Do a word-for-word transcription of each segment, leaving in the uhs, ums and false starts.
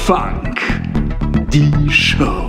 Brettspielfunk, die Show.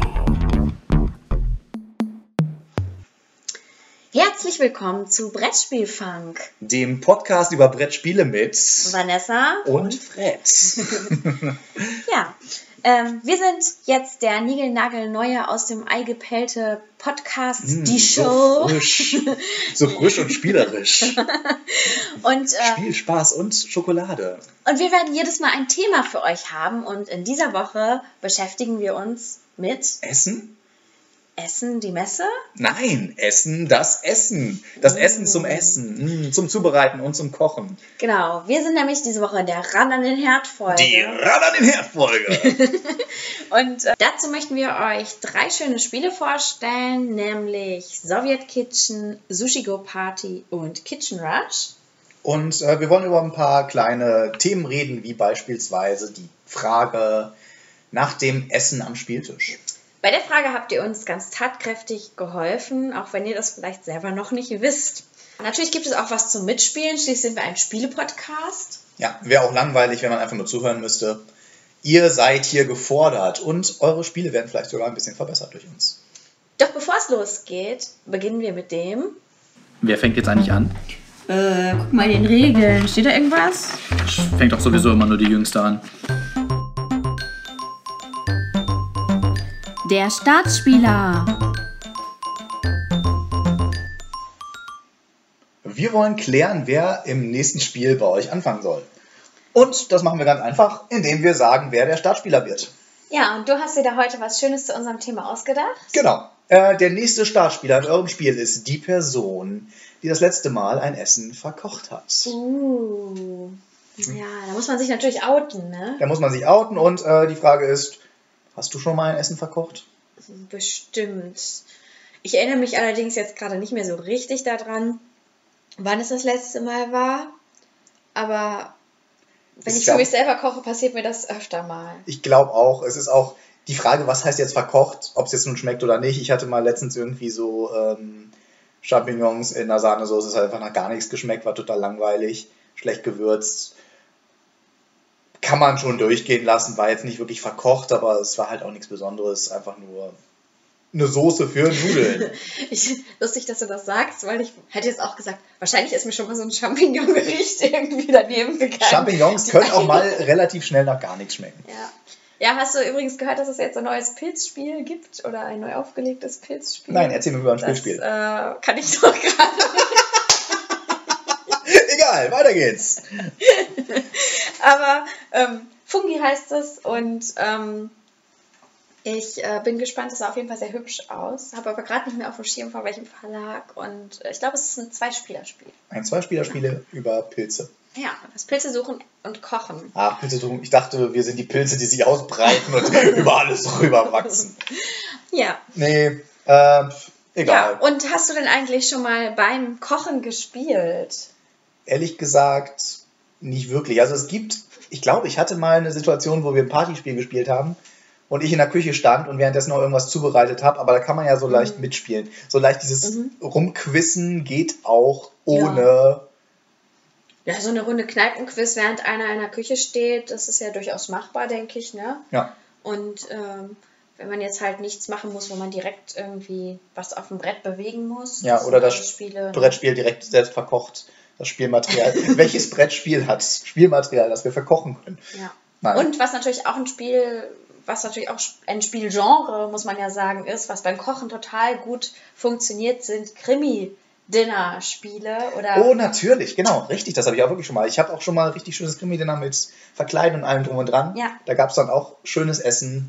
Herzlich willkommen zu Brettspielfunk, dem Podcast über Brettspiele mit Vanessa und, und Fred. Ja, ähm, wir sind jetzt der niegelnagelneue aus dem Ei gepellte Podcast, Mm, die so Show. frisch. So frisch und spielerisch. Und, äh, Spiel, Spaß und Schokolade. und wir werden jedes Mal ein Thema für euch haben und in dieser Woche beschäftigen wir uns mit Essen? Essen, die Messe. Nein, Essen, das Essen. Das Mm. Essen zum Essen, mm, zum Zubereiten und zum Kochen. Genau, wir sind nämlich diese Woche in der Ran an den Herd Folge. Die Ran an den Herd-Folge. Und äh, dazu möchten wir euch drei schöne Spiele vorstellen, nämlich Soviet Kitchen, Sushi Go Party und Kitchen Rush. Und äh, wir wollen über ein paar kleine Themen reden, wie beispielsweise die Frage nach dem Essen am Spieltisch. Bei der Frage habt ihr uns ganz tatkräftig geholfen, auch wenn ihr das vielleicht selber noch nicht wisst. Natürlich gibt es auch was zum Mitspielen, schließlich sind wir ein Spiele-Podcast. Ja, wäre auch langweilig, wenn man einfach nur zuhören müsste. Ihr seid hier gefordert und eure Spiele werden vielleicht sogar ein bisschen verbessert durch uns. Doch bevor es losgeht, beginnen wir mit dem... Wer fängt jetzt eigentlich an? Äh, guck mal in den Regeln. Steht da irgendwas? Fängt doch sowieso immer nur die Jüngste an. Der Startspieler. Wir wollen klären, wer im nächsten Spiel bei euch anfangen soll. Und das machen wir ganz einfach, indem wir sagen, wer der Startspieler wird. Ja, und du hast dir da heute was Schönes zu unserem Thema ausgedacht? Genau. Äh, der nächste Startspieler in eurem Spiel ist die Person, die das letzte Mal ein Essen verkocht hat. Uh, ja, da muss man sich natürlich outen, ne? Da muss man sich outen und äh, die Frage ist, hast du schon mal ein Essen verkocht? Bestimmt. Ich erinnere mich allerdings jetzt gerade nicht mehr so richtig daran, wann es das letzte Mal war. Aber wenn Ich ich glaub- für mich selber koche, passiert mir das öfter mal. Ich glaube auch, es ist auch die Frage, was heißt jetzt verkocht, ob es jetzt nun schmeckt oder nicht. Ich hatte mal letztens irgendwie so ähm, Champignons in der Sahnesoße, es hat einfach nach gar nichts geschmeckt, war total langweilig, schlecht gewürzt. Kann man schon durchgehen lassen, war jetzt nicht wirklich verkocht, aber es war halt auch nichts Besonderes, einfach nur eine Soße für Nudeln. Ich, lustig, dass du das sagst, weil ich hätte jetzt auch gesagt, wahrscheinlich ist mir schon mal so ein Champignon-Gericht irgendwie daneben gegangen. Champignons können auch mal relativ schnell nach gar nichts schmecken. Ja. Ja, hast du übrigens gehört, dass es jetzt ein neues Pilzspiel gibt oder ein neu aufgelegtes Pilzspiel? Nein, erzähl mir über ein Das Spielspiel. äh, kann ich doch gerade nicht. Egal, weiter geht's. Aber ähm, Fungi heißt es und ähm, ich äh, bin gespannt, es sah auf jeden Fall sehr hübsch aus. Habe aber gerade nicht mehr auf dem Schirm, von welchem Verlag. Und äh, ich glaube, es ist ein Zweispielerspiel. Ein Zweispielerspiele über Pilze. Ja, das Pilze suchen und kochen. Ach, Pilze suchen. Ich dachte, wir sind die Pilze, die sich ausbreiten und über alles rüber wachsen. Ja. Nee, äh, egal. Ja, und hast du denn eigentlich schon mal beim Kochen gespielt? Ehrlich gesagt, nicht wirklich. Also es gibt, ich glaube, ich hatte mal eine Situation, wo wir ein Partyspiel gespielt haben und ich in der Küche stand und währenddessen noch irgendwas zubereitet habe, aber da kann man ja so leicht mitspielen. So leicht dieses Mhm. Rumquissen geht auch ohne... Ja, so eine Runde Kneipenquiz, während einer in der Küche steht, das ist ja durchaus machbar, denke ich, ne? Ja. Und ähm, wenn man jetzt halt nichts machen muss, wo man direkt irgendwie was auf dem Brett bewegen muss. Ja, sind oder das alles Spiele. Brettspiel direkt selbst verkocht. Das Spielmaterial. Welches Brettspiel hat Spielmaterial, das wir verkochen können? Ja. Nein. Und was natürlich auch ein Spiel, was natürlich auch ein Spielgenre, muss man ja sagen, ist, was beim Kochen total gut funktioniert, sind Krimi-Dinner-Spiele. Oder Oh, natürlich, genau, richtig, das habe ich auch wirklich schon mal. Ich habe auch schon mal richtig schönes Krimi-Dinner mit Verkleiden und allem drum und dran. Ja. Da gab es dann auch schönes Essen.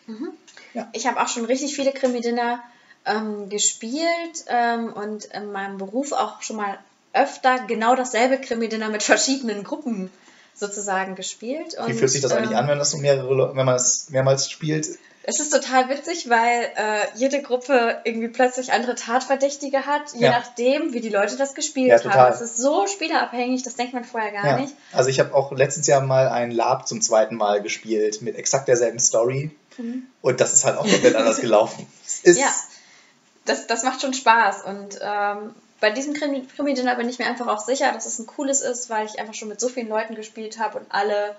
Ich habe auch schon richtig viele Krimi-Dinner ähm, gespielt ähm, und in meinem Beruf auch schon mal öfter genau dasselbe Krimi-Dinner mit verschiedenen Gruppen sozusagen gespielt. Und, Wie fühlt sich das eigentlich ähm, an, wenn das so mehrere, Le- wenn man es mehrmals spielt? Es ist total witzig, weil äh, jede Gruppe irgendwie plötzlich andere Tatverdächtige hat, je Ja. nachdem, wie die Leute das gespielt Ja, total. haben. Das ist so spielerabhängig, das denkt man vorher gar Ja. nicht. Also ich habe auch letztes Jahr mal ein Lab zum zweiten Mal gespielt mit exakt derselben Story. Und das ist halt auch komplett anders gelaufen. Es ist Ja, das, das macht schon Spaß. Und ähm, bei diesem Krimi- Krimi-Dinner bin ich mir einfach auch sicher, dass es ein cooles ist, weil ich einfach schon mit so vielen Leuten gespielt habe und alle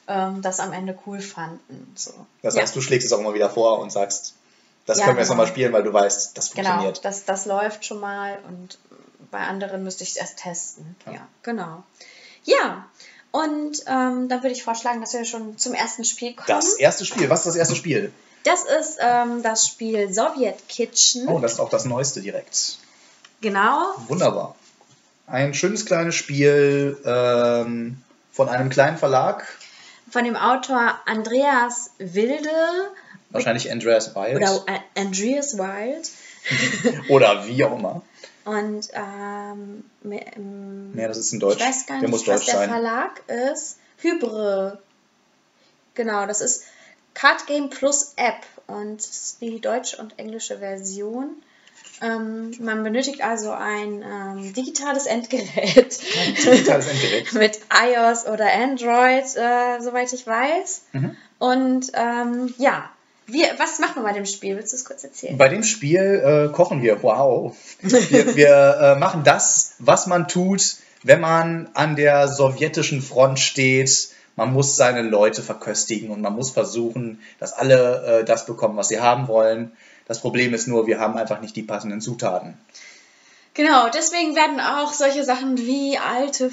ähm, das am Ende cool fanden. So. Das Ja. heißt, du schlägst es auch immer wieder vor und sagst, das Ja, können wir jetzt genau. nochmal spielen, weil du weißt, das Genau, funktioniert. das, das läuft schon mal und bei anderen müsste ich es erst testen. Ja, Ja. genau. Ja, und ähm, dann würde ich vorschlagen, dass wir schon zum ersten Spiel kommen. Das erste Spiel, was ist das erste Spiel? Das ist ähm, das Spiel Soviet Kitchen. Oh, das ist auch das Neueste direkt. Genau. Wunderbar. Ein schönes kleines Spiel ähm, von einem kleinen Verlag, Von dem Autor Andreas Wilde wahrscheinlich Andreas Wild oder äh, Andreas Wild. oder wie auch immer. Und ähm, mi- ähm, Ja, das ist in Deutsch. ich weiß gar Der nicht, muss was deutsch der sein. Verlag ist. Hybre. Genau, das ist Card Game Plus App und das ist die deutsche und englische Version. Ähm, man benötigt also ein ähm, digitales Endgerät. Ein digitales Endgerät. Mit iOS oder Android, äh, soweit ich weiß. Mhm. Und ähm, ja, wir, was machen wir bei dem Spiel? Willst du es kurz erzählen? Bei dem Spiel äh, kochen wir. Wow. Wir, wir äh, machen das, was man tut, wenn man an der sowjetischen Front steht. Man muss seine Leute verköstigen und man muss versuchen, dass alle äh, das bekommen, was sie haben wollen. Das Problem ist nur, wir haben einfach nicht die passenden Zutaten. Genau, deswegen werden auch solche Sachen wie alte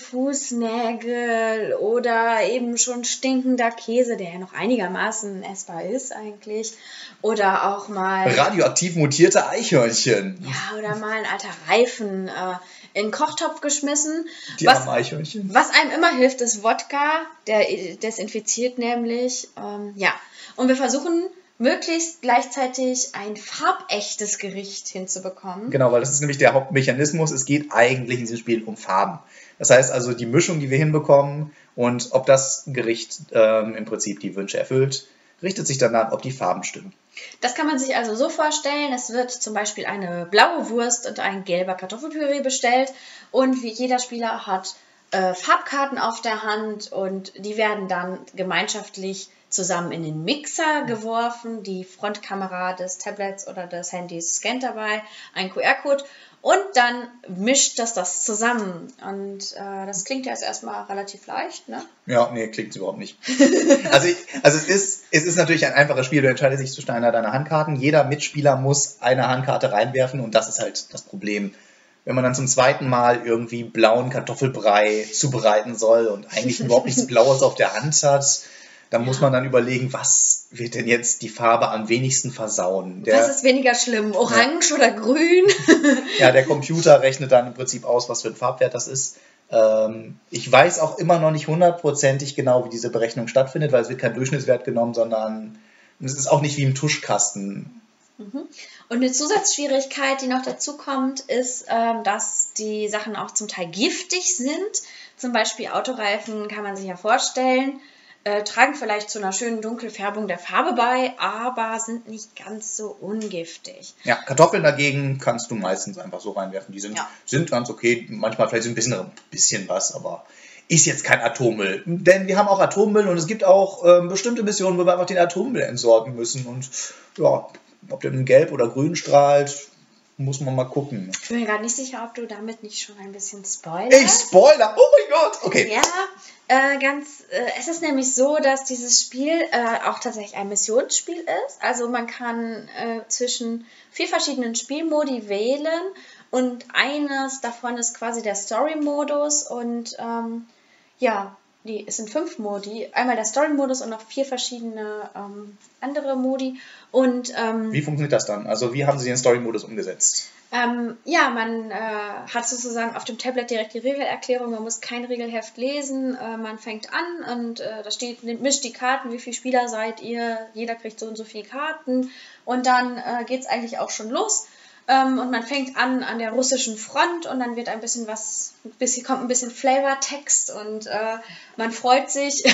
Fußnägel oder eben schon stinkender Käse, der ja noch einigermaßen essbar ist eigentlich, oder auch mal Radioaktiv mutierte Eichhörnchen. ja, oder mal ein alter Reifen äh, in den Kochtopf geschmissen. Die was, armen Eichhörnchen. was einem immer hilft, ist Wodka, der desinfiziert nämlich. Ähm, ja, und wir versuchen möglichst gleichzeitig ein farbechtes Gericht hinzubekommen. Genau, weil das ist nämlich der Hauptmechanismus. Es geht eigentlich in diesem Spiel um Farben. Das heißt also, die Mischung, die wir hinbekommen und ob das Gericht ähm, im Prinzip die Wünsche erfüllt, richtet sich danach, ob die Farben stimmen. Das kann man sich also so vorstellen, es wird zum Beispiel eine blaue Wurst und ein gelber Kartoffelpüree bestellt und wie jeder Spieler hat äh, Farbkarten auf der Hand und die werden dann gemeinschaftlich zusammen in den Mixer geworfen. Die Frontkamera des Tablets oder des Handys scannt dabei einen Q R-Code und dann mischt das das zusammen. Und äh, das klingt ja jetzt erstmal relativ leicht, ne? Ja, nee, klingt überhaupt nicht. Also, ich, also es, ist, es ist natürlich ein einfaches Spiel. Du entscheidest dich zwischen einer deiner Handkarten. Jeder Mitspieler muss eine Handkarte reinwerfen und das ist halt das Problem. Wenn man dann zum zweiten Mal irgendwie blauen Kartoffelbrei zubereiten soll und eigentlich überhaupt nichts Blaues auf der Hand hat, dann muss man dann überlegen, was wird denn jetzt die Farbe am wenigsten versauen. Der, Was ist weniger schlimm, orange oder grün? ja, der Computer rechnet dann im Prinzip aus, was für ein Farbwert das ist. Ähm, ich weiß auch immer noch nicht hundertprozentig genau, wie diese Berechnung stattfindet, weil es wird kein Durchschnittswert genommen, sondern es ist auch nicht wie im Tuschkasten. Und eine Zusatzschwierigkeit, die noch dazu kommt, ist, ähm, dass die Sachen auch zum Teil giftig sind. Zum Beispiel Autoreifen kann man sich ja vorstellen, äh, tragen vielleicht zu einer schönen Dunkelfärbung der Farbe bei, aber sind nicht ganz so ungiftig. Ja, Kartoffeln dagegen kannst du meistens einfach so reinwerfen. Die sind, Ja. sind ganz okay, manchmal vielleicht ein bisschen, ein bisschen was, aber ist jetzt kein Atommüll. Denn wir haben auch Atommüll und es gibt auch ähm, bestimmte Missionen, wo wir einfach den Atommüll entsorgen müssen. Und ja, ob der in gelb oder grün strahlt, muss man mal gucken. Ich bin mir gerade nicht sicher, ob du damit nicht schon ein bisschen spoilerst. Ich spoiler! Oh mein Gott! Okay. Ja, äh, ganz. Äh, es ist nämlich so, dass dieses Spiel äh, auch tatsächlich ein Missionsspiel ist. Also man kann äh, zwischen vier verschiedenen Spielmodi wählen und eines davon ist quasi der Story-Modus und ähm, ja, die, es sind fünf Modi. Einmal der Story-Modus und noch vier verschiedene ähm, andere Modi. Und ähm, Wie funktioniert das dann? Also wie haben Sie den Story-Modus umgesetzt? Ähm, ja, man äh, hat sozusagen auf dem Tablet direkt die Regelerklärung, man muss kein Regelheft lesen, äh, man fängt an und äh, da steht, mischt die Karten, wie viele Spieler seid ihr, jeder kriegt so und so viele Karten und dann äh, geht es eigentlich auch schon los ähm, und man fängt an an der russischen Front und dann wird ein bisschen was, ein bisschen, kommt ein bisschen Flavortext und äh, man freut sich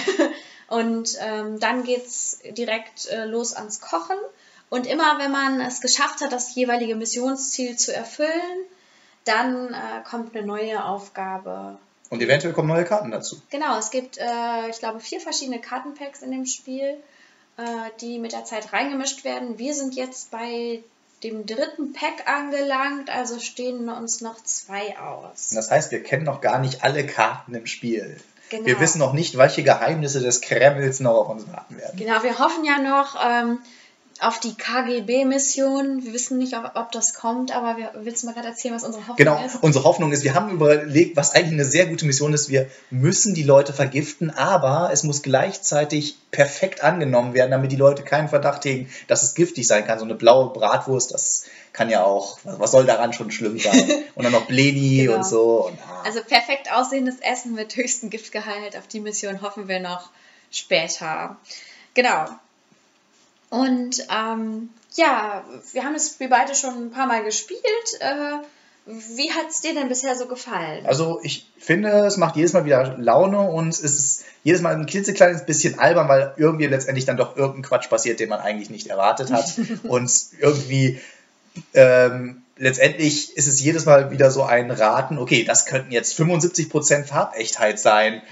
und ähm, dann geht es direkt äh, los ans Kochen. Und immer, wenn man es geschafft hat, das jeweilige Missionsziel zu erfüllen, dann äh, kommt eine neue Aufgabe. Und eventuell kommen neue Karten dazu. Genau, es gibt, äh, ich glaube, vier verschiedene Kartenpacks in dem Spiel, äh, die mit der Zeit reingemischt werden. Wir sind jetzt bei dem dritten Pack angelangt, also stehen uns noch zwei aus. Das heißt, wir kennen noch gar nicht alle Karten im Spiel. Genau. Wir wissen noch nicht, welche Geheimnisse des Kremls noch auf uns warten werden. Genau, wir hoffen ja noch ähm, auf die K G B-Mission. Wir wissen nicht, ob, ob das kommt, aber wir willst du mal gerade erzählen, was unsere Hoffnung Genau, ist? unsere Hoffnung ist, wir haben überlegt, was eigentlich eine sehr gute Mission ist. Wir müssen die Leute vergiften, aber es muss gleichzeitig perfekt angenommen werden, damit die Leute keinen Verdacht hegen, dass es giftig sein kann. So eine blaue Bratwurst, das kann ja auch, was soll daran schon schlimm sein? Und dann noch Bleni Genau. und so. Und, ah. Also perfekt aussehendes Essen mit höchstem Giftgehalt. Auf die Mission hoffen wir noch später. Genau. Und ähm, ja, wir haben das Spiel beide schon ein paar Mal gespielt. Äh, wie hat es dir denn bisher so gefallen? Also ich finde, es macht jedes Mal wieder Laune und es ist jedes Mal ein klitzekleines bisschen albern, weil irgendwie letztendlich dann doch irgendein Quatsch passiert, den man eigentlich nicht erwartet hat. Und irgendwie ähm, letztendlich ist es jedes Mal wieder so ein Raten, okay, das könnten jetzt fünfundsiebzig Prozent Farbechtheit sein.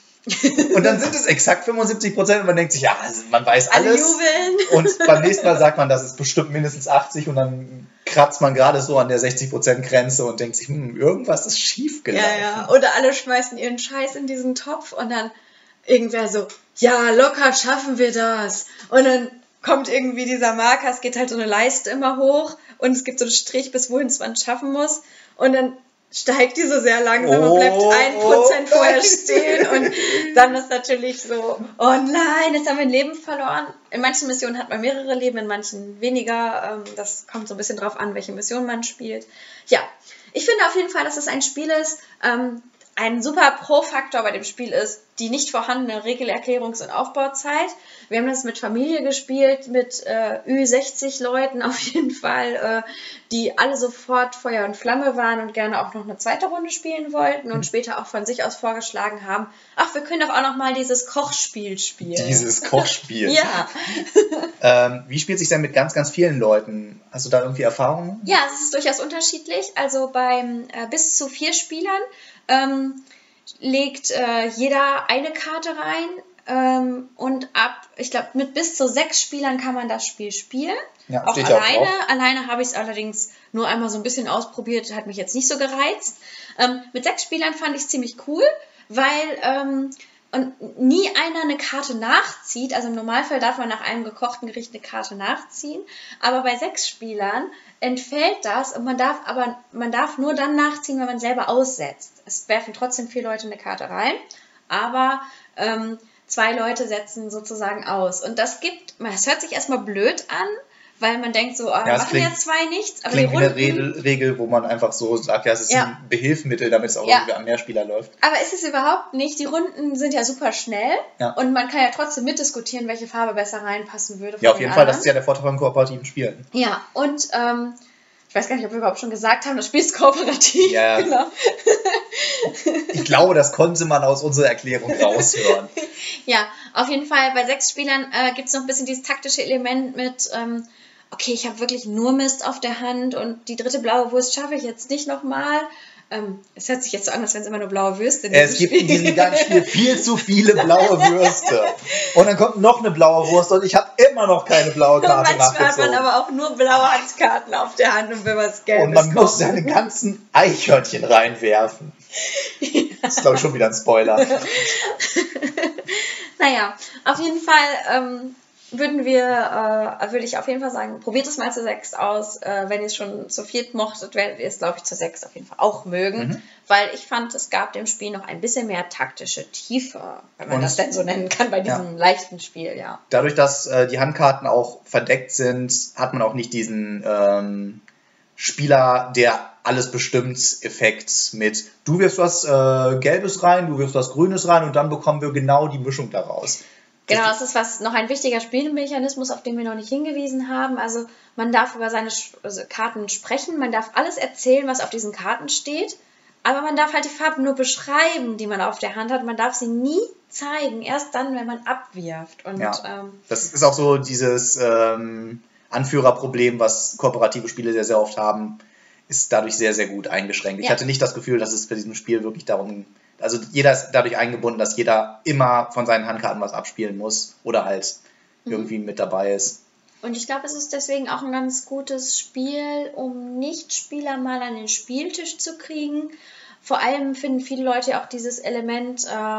Und dann sind es exakt fünfundsiebzig Prozent und man denkt sich, ja, also man weiß Alle alles. jubeln. Und beim nächsten Mal sagt man, das ist bestimmt mindestens achtzig und dann kratzt man gerade so an der sechzig Prozent Grenze und denkt sich, hm, irgendwas ist schief gelaufen. Ja, ja. Oder alle schmeißen ihren Scheiß in diesen Topf und dann irgendwer so, ja, locker schaffen wir das. Und dann kommt irgendwie dieser Marker, es geht halt so eine Leiste immer hoch und es gibt so einen Strich, bis wohin es man schaffen muss. Und dann steigt die so sehr langsam Oh, und bleibt ein Prozent oh vorher nein. stehen und dann ist natürlich so, oh nein, jetzt haben wir ein Leben verloren. In manchen Missionen hat man mehrere Leben, in manchen weniger. Ähm, Das kommt so ein bisschen drauf an, welche Mission man spielt. Ja, ich finde auf jeden Fall, dass es ein Spiel ist, ähm, ein super Pro-Faktor bei dem Spiel ist die nicht vorhandene Regelerklärungs- und Aufbauzeit. Wir haben das mit Familie gespielt, mit äh, Ü sechzig Leuten auf jeden Fall, äh, die alle sofort Feuer und Flamme waren und gerne auch noch eine zweite Runde spielen wollten und später auch von sich aus vorgeschlagen haben, ach, wir können doch auch noch mal dieses Kochspiel spielen. Dieses Kochspiel. Ja. ähm, wie spielt sich denn mit ganz, ganz vielen Leuten? Hast du da irgendwie Erfahrungen? Ja, es ist durchaus unterschiedlich. Also beim äh, bis zu vier Spielern ähm, legt äh, jeder eine Karte rein ähm, und ab, ich glaube, mit bis zu sechs Spielern kann man das Spiel spielen. Ja, auch steht ja auch alleine. drauf. Alleine habe ich es allerdings nur einmal so ein bisschen ausprobiert, hat mich jetzt nicht so gereizt. Ähm, mit sechs Spielern fand ich es ziemlich cool, weil ähm, und nie einer eine Karte nachzieht. Also im Normalfall darf man nach einem gekochten Gericht eine Karte nachziehen, aber bei sechs Spielern entfällt das und man darf aber man darf nur dann nachziehen, wenn man selber aussetzt. Es werfen trotzdem vier Leute eine Karte rein, aber ähm, zwei Leute setzen sozusagen aus. Und das gibt, es hört sich erstmal blöd an, weil man denkt so, oh, Ja, es machen klingt- ja zwei nichts. Aber die Klingt wie eine Runden, Regel, Regel, wo man einfach so sagt, ja, es ist Ja. ein Behilfsmittel, damit es auch Ja. irgendwie an mehr Spieler läuft. aber ist es überhaupt nicht. Die Runden sind ja super schnell Ja. und man kann ja trotzdem mitdiskutieren, welche Farbe besser reinpassen würde. Ja, von auf jeden den Fall, das ist anderen. ja der Vorteil von kooperativen Spielen. Ja, und ähm, ich weiß gar nicht, ob wir überhaupt schon gesagt haben, das Spiel ist kooperativ. Ja. Genau. Ich glaube, das konnte man aus unserer Erklärung raushören. Ja, auf jeden Fall, bei sechs Spielern äh, gibt es noch ein bisschen dieses taktische Element mit, ähm, okay, ich habe wirklich nur Mist auf der Hand und die dritte blaue Wurst schaffe ich jetzt nicht nochmal. Ähm, es hört sich jetzt so an, als wenn es immer nur blaue Würste in Es diesem gibt in diesem ganzen Spiel viel zu viele blaue Würste. Und dann kommt noch eine blaue Wurst und ich habe immer noch keine blaue Und Karte manchmal hat man nachgezogen. aber auch nur blaue Handkarten auf der Hand und will was Gelbes Und man muss kaufen. seine ganzen Eichhörnchen reinwerfen. Das ist, glaube ich, schon wieder ein Spoiler. Naja, auf jeden Fall ähm, würden wir, äh, würde ich auf jeden Fall sagen, probiert es mal zu sechs aus. Äh, wenn ihr es schon zu viert mochtet, werdet ihr es, glaube ich, zu sechs auf jeden Fall auch mögen. Mhm. Weil ich fand, es gab dem Spiel noch ein bisschen mehr taktische Tiefe, wenn man Und- das denn so nennen kann, bei diesem leichten Spiel, ja. Dadurch, dass äh, die Handkarten auch verdeckt sind, hat man auch nicht diesen ähm, Spieler, der alles bestimmt Effekt mit du wirfst was äh, Gelbes rein, du wirfst was Grünes rein und dann bekommen wir genau die Mischung daraus. Genau, das ist was noch ein wichtiger Spielmechanismus, auf den wir noch nicht hingewiesen haben. Also man darf über seine Sch- also Karten sprechen, man darf alles erzählen, was auf diesen Karten steht, aber man darf halt die Farben nur beschreiben, die man auf der Hand hat. Man darf sie nie zeigen, erst dann, wenn man abwirft. Und Ja. ähm, Das ist auch so dieses ähm, Anführerproblem, was kooperative Spiele sehr, sehr oft haben, ist dadurch sehr, sehr gut eingeschränkt. Ich Ja. hatte nicht das Gefühl, dass es bei diesem Spiel wirklich darum, also jeder ist dadurch eingebunden, dass jeder immer von seinen Handkarten was abspielen muss oder halt Mhm. irgendwie mit dabei ist. Und ich glaube, es ist deswegen auch ein ganz gutes Spiel, um Nichtspieler mal an den Spieltisch zu kriegen. Vor allem finden viele Leute ja auch dieses Element, äh,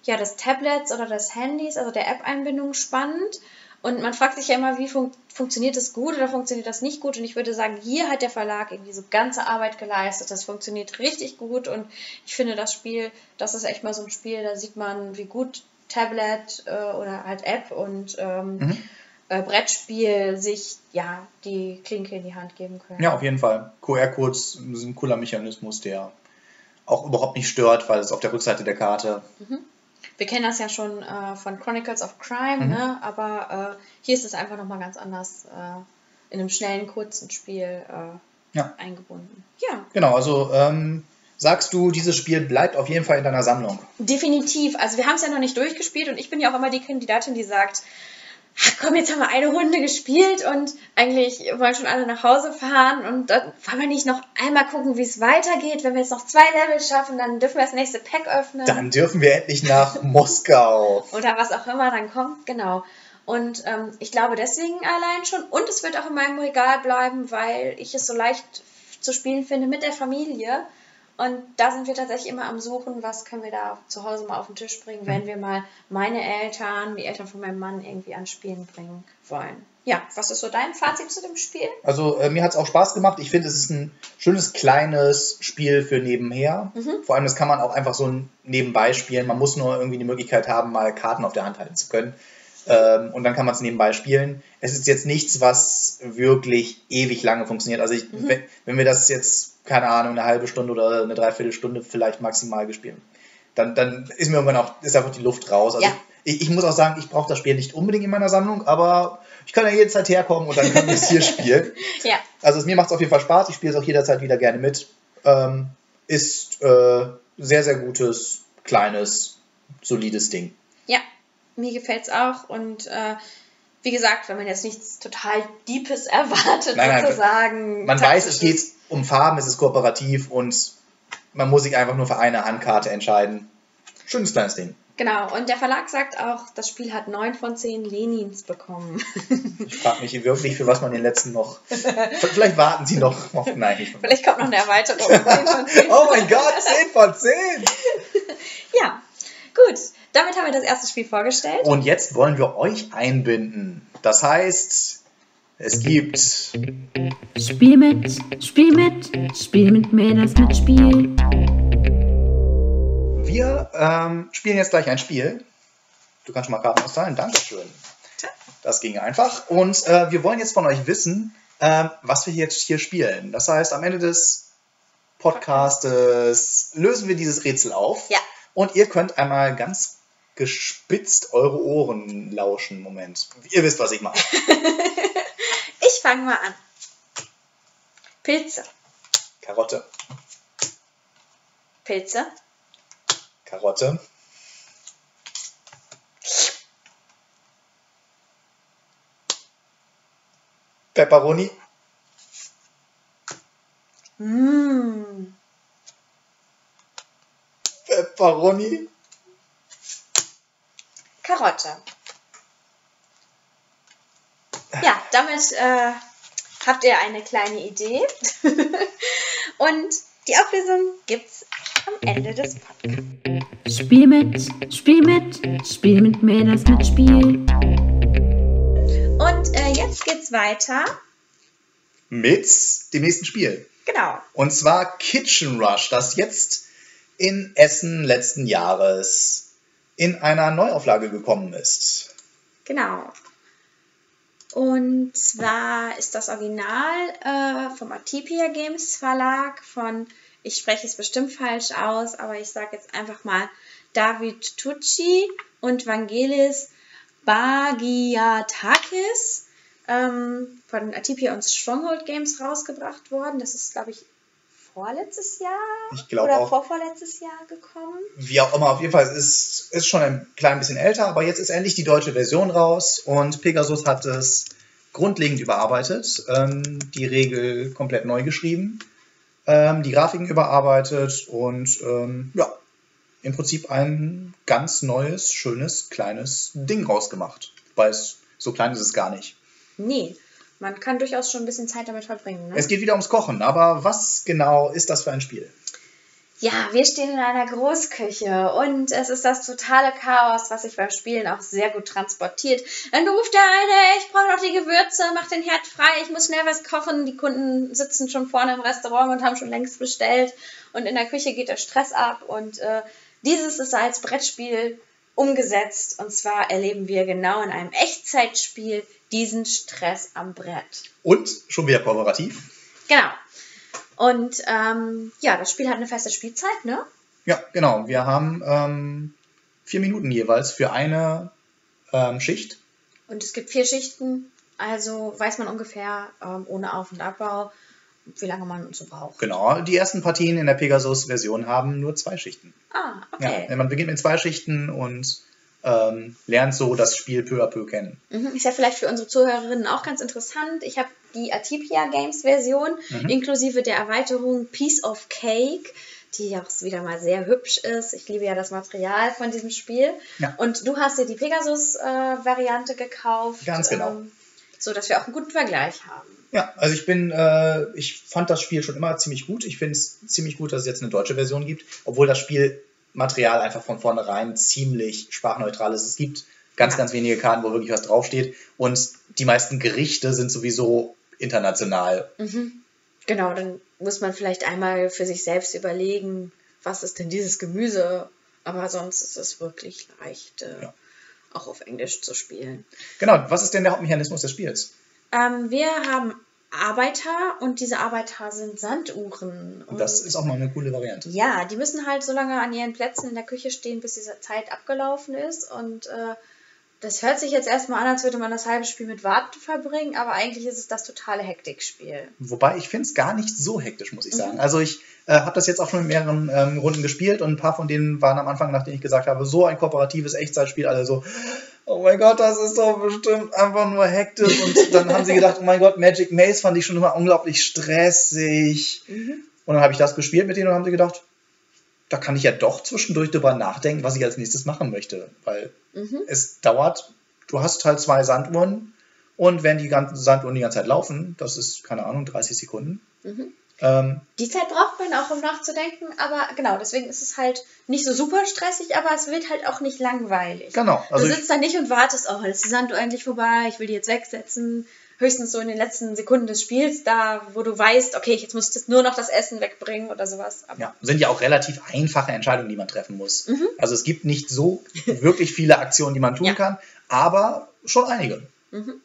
ja, des Tablets oder des Handys, also der App-Einbindung spannend. Und man fragt sich ja immer, wie fun- funktioniert das gut oder funktioniert das nicht gut? Und ich würde sagen, hier hat der Verlag irgendwie so ganze Arbeit geleistet. Das funktioniert richtig gut. Und ich finde, das Spiel, das ist echt mal so ein Spiel, da sieht man, wie gut Tablet äh, oder halt App und ähm, Mhm. äh, Brettspiel sich ja die Klinke in die Hand geben können. Ja, auf jeden Fall. Q R-Codes sind ein cooler Mechanismus, der auch überhaupt nicht stört, weil es auf der Rückseite der Karte. Wir kennen das ja schon äh, von Chronicles of Crime, Mhm. ne? Aber äh, hier ist es einfach nochmal ganz anders äh, in einem schnellen, kurzen Spiel äh, Ja. eingebunden. Ja, Genau, also ähm, sagst du, dieses Spiel bleibt auf jeden Fall in deiner Sammlung. definitiv. Also wir haben es ja noch nicht durchgespielt und ich bin ja auch immer die Kandidatin, die sagt, ach komm, jetzt haben wir eine Runde gespielt und eigentlich wollen schon alle nach Hause fahren und dann wollen wir nicht noch einmal gucken, wie es weitergeht. Wenn wir jetzt noch zwei Level schaffen, dann dürfen wir das nächste Pack öffnen. Dann dürfen wir endlich nach Moskau. Oder was auch immer dann kommt, genau. Und ähm, ich glaube deswegen allein schon. Und es wird auch in meinem Regal bleiben, weil ich es so leicht zu spielen finde mit der Familie. Und da sind wir tatsächlich immer am Suchen, was können wir da zu Hause mal auf den Tisch bringen, wenn wir mal meine Eltern, die Eltern von meinem Mann irgendwie an Spielen bringen wollen. Ja, was ist so dein Fazit zu dem Spiel? Also äh, mir hat es auch Spaß gemacht. Ich finde, es ist ein schönes, kleines Spiel für nebenher. Vor allem, das kann man auch einfach so nebenbei spielen. Man muss nur irgendwie die Möglichkeit haben, mal Karten auf der Hand halten zu können. Ähm, und dann kann man es nebenbei spielen. Es ist jetzt nichts, was wirklich ewig lange funktioniert. Also ich, wenn, wenn wir das jetzt, keine Ahnung, eine halbe Stunde oder eine Dreiviertelstunde vielleicht maximal gespielt haben, dann, dann ist mir irgendwann auch, ist einfach die Luft raus. Also Ja. ich, ich muss auch sagen, ich brauche das Spiel nicht unbedingt in meiner Sammlung, aber ich kann ja jederzeit herkommen und dann können wir es hier spielen. Ja, Also es, mir macht es auf jeden Fall Spaß. Ich spiele es auch jederzeit wieder gerne mit. Ähm, ist äh, sehr, sehr gutes, kleines, solides Ding. ja, mir gefällt es auch. Und äh, wie gesagt, wenn man jetzt nichts total Deepes erwartet, Nein, nein, sozusagen. Man weiß, es geht taktisches- um Farben, es ist kooperativ und man muss sich einfach nur für eine Handkarte entscheiden. Schönes kleines Ding. Genau, und der Verlag sagt auch, das Spiel hat neun von zehn Lenins bekommen. Ich frage mich wirklich, für was man den letzten noch... Vielleicht warten sie noch... auf- Nein, nicht. Vielleicht kommt noch eine Erweiterung. zehn von zehn. Oh mein Gott, zehn von zehn! Ja, gut. Damit haben wir das erste Spiel vorgestellt. Und jetzt wollen wir euch einbinden. Das heißt, es gibt... Spiel mit, Spiel mit, Spiel mit Mädels mit Spiel. Wir ähm, spielen jetzt gleich ein Spiel. Du kannst schon mal Karten austeilen. Dankeschön. Das ging einfach. Und äh, wir wollen jetzt von euch wissen, ähm, was wir jetzt hier spielen. Das heißt, am Ende des Podcastes lösen wir dieses Rätsel auf. Ja. Und ihr könnt einmal ganz gespitzt eure Ohren lauschen. Moment. Ihr wisst, was ich meine. Ich fange mal an. Pilze. Karotte. Pilze. Karotte. Pepperoni. Mmh. Pepperoni. Karotte. Ja, damit äh, habt ihr eine kleine Idee. Und die Auflösung gibt's am Ende des Podcasts. Spiel mit, Spiel mit, Spiel mit Mädels mit Spiel. Und äh, jetzt geht's weiter. Mit dem nächsten Spiel. Genau. Und zwar Kitchen Rush, das jetzt in Essen letzten Jahres in einer Neuauflage gekommen ist. Genau. Und zwar ist das Original äh, vom Atipia Games Verlag von, ich spreche es bestimmt falsch aus, aber ich sage jetzt einfach mal David Tucci und Vangelis Bagiatakis ähm, von Atipia und Stronghold Games rausgebracht worden. Das ist, glaube ich, vorletztes Jahr Ich glaube oder auch, vorvorletztes Jahr gekommen. wie auch immer, auf jeden Fall ist es schon ein klein bisschen älter, aber jetzt ist endlich die deutsche Version raus und Pegasus hat es grundlegend überarbeitet, ähm, die Regel komplett neu geschrieben, ähm, die Grafiken überarbeitet und ähm, ja, im Prinzip ein ganz neues, schönes, kleines Ding rausgemacht. Weil es so klein ist es gar nicht. Nee, man kann durchaus schon ein bisschen Zeit damit verbringen. Ne? Es geht wieder ums Kochen, aber was genau ist das für ein Spiel? Ja, wir stehen in einer Großküche und es ist das totale Chaos, was sich beim Spielen auch sehr gut transportiert. Dann ruft der eine, ich brauche noch die Gewürze, mach den Herd frei, ich muss schnell was kochen. Die Kunden sitzen schon vorne im Restaurant und haben schon längst bestellt und in der Küche geht der Stress ab und äh, dieses ist als Brettspiel umgesetzt und zwar erleben wir genau in einem Echtzeitspiel diesen Stress am Brett. Und schon wieder kooperativ. Genau. Und ähm, ja, das Spiel hat eine feste Spielzeit, ne? Ja, genau. Wir haben ähm, vier Minuten jeweils für eine ähm, Schicht. Und es gibt vier Schichten, also weiß man ungefähr ähm, ohne Auf- und Abbau, wie lange man so braucht. Genau, die ersten Partien in der Pegasus-Version haben nur zwei Schichten. Ah, okay. Ja, man beginnt mit zwei Schichten und ähm, lernt so das Spiel peu à peu kennen. Mhm. Ist ja vielleicht für unsere Zuhörerinnen auch ganz interessant. Ich habe die Atipia Games Version Mhm. inklusive der Erweiterung Piece of Cake, die auch wieder mal sehr hübsch ist. Ich liebe ja das Material von diesem Spiel. Ja. Und du hast dir die Pegasus-Variante gekauft. Ganz genau. Ähm, so dass wir auch einen guten Vergleich haben. Ja, also ich bin, äh, ich fand das Spiel schon immer ziemlich gut. Ich finde es ziemlich gut, dass es jetzt eine deutsche Version gibt, obwohl das Spielmaterial einfach von vornherein ziemlich sprachneutral ist. Es gibt ganz, Ja. ganz wenige Karten, wo wirklich was draufsteht und die meisten Gerichte sind sowieso international. Mhm. Genau, dann muss man vielleicht einmal für sich selbst überlegen, was ist denn dieses Gemüse? Aber sonst ist es wirklich leicht, äh, Ja. auch auf Englisch zu spielen. Genau, was ist denn der Hauptmechanismus des Spiels? Ähm, wir haben Arbeiter und diese Arbeiter sind Sanduhren. Und das ist auch mal eine coole Variante. Ja, die müssen halt so lange an ihren Plätzen in der Küche stehen, bis diese Zeit abgelaufen ist. Und äh, das hört sich jetzt erstmal an, als würde man das halbe Spiel mit Warten verbringen, aber eigentlich ist es das totale Hektikspiel. Wobei ich finde es gar nicht so hektisch, muss ich sagen. Also ich äh, habe das jetzt auch schon in mehreren ähm, Runden gespielt und ein paar von denen waren am Anfang, nachdem ich gesagt habe, so ein kooperatives Echtzeitspiel, alle so, oh mein Gott, das ist doch bestimmt einfach nur hektisch. Und dann haben sie gedacht, oh mein Gott, Magic Maze fand ich schon immer unglaublich stressig. Mhm. Und dann habe ich das gespielt mit denen und haben sie gedacht, da kann ich ja doch zwischendurch drüber nachdenken, was ich als nächstes machen möchte. Weil Mhm. es dauert, du hast halt zwei Sanduhren und wenn die ganzen Sanduhren die ganze Zeit laufen, das ist, keine Ahnung, dreißig Sekunden. Mhm. Ähm, Die Zeit braucht man auch, um nachzudenken, aber genau, deswegen ist es halt nicht so super stressig, aber es wird halt auch nicht langweilig. genau. Also du ich, sitzt da nicht und wartest, oh, ist die Sanduhr endlich vorbei, ich will die jetzt wegsetzen. Höchstens so in den letzten Sekunden des Spiels, da wo du weißt, okay, jetzt musst du nur noch das Essen wegbringen oder sowas. Aber ja, sind ja auch relativ einfache Entscheidungen, die man treffen muss. Mhm. Also es gibt nicht so wirklich viele Aktionen, die man tun Ja. kann, aber schon einige. Mhm.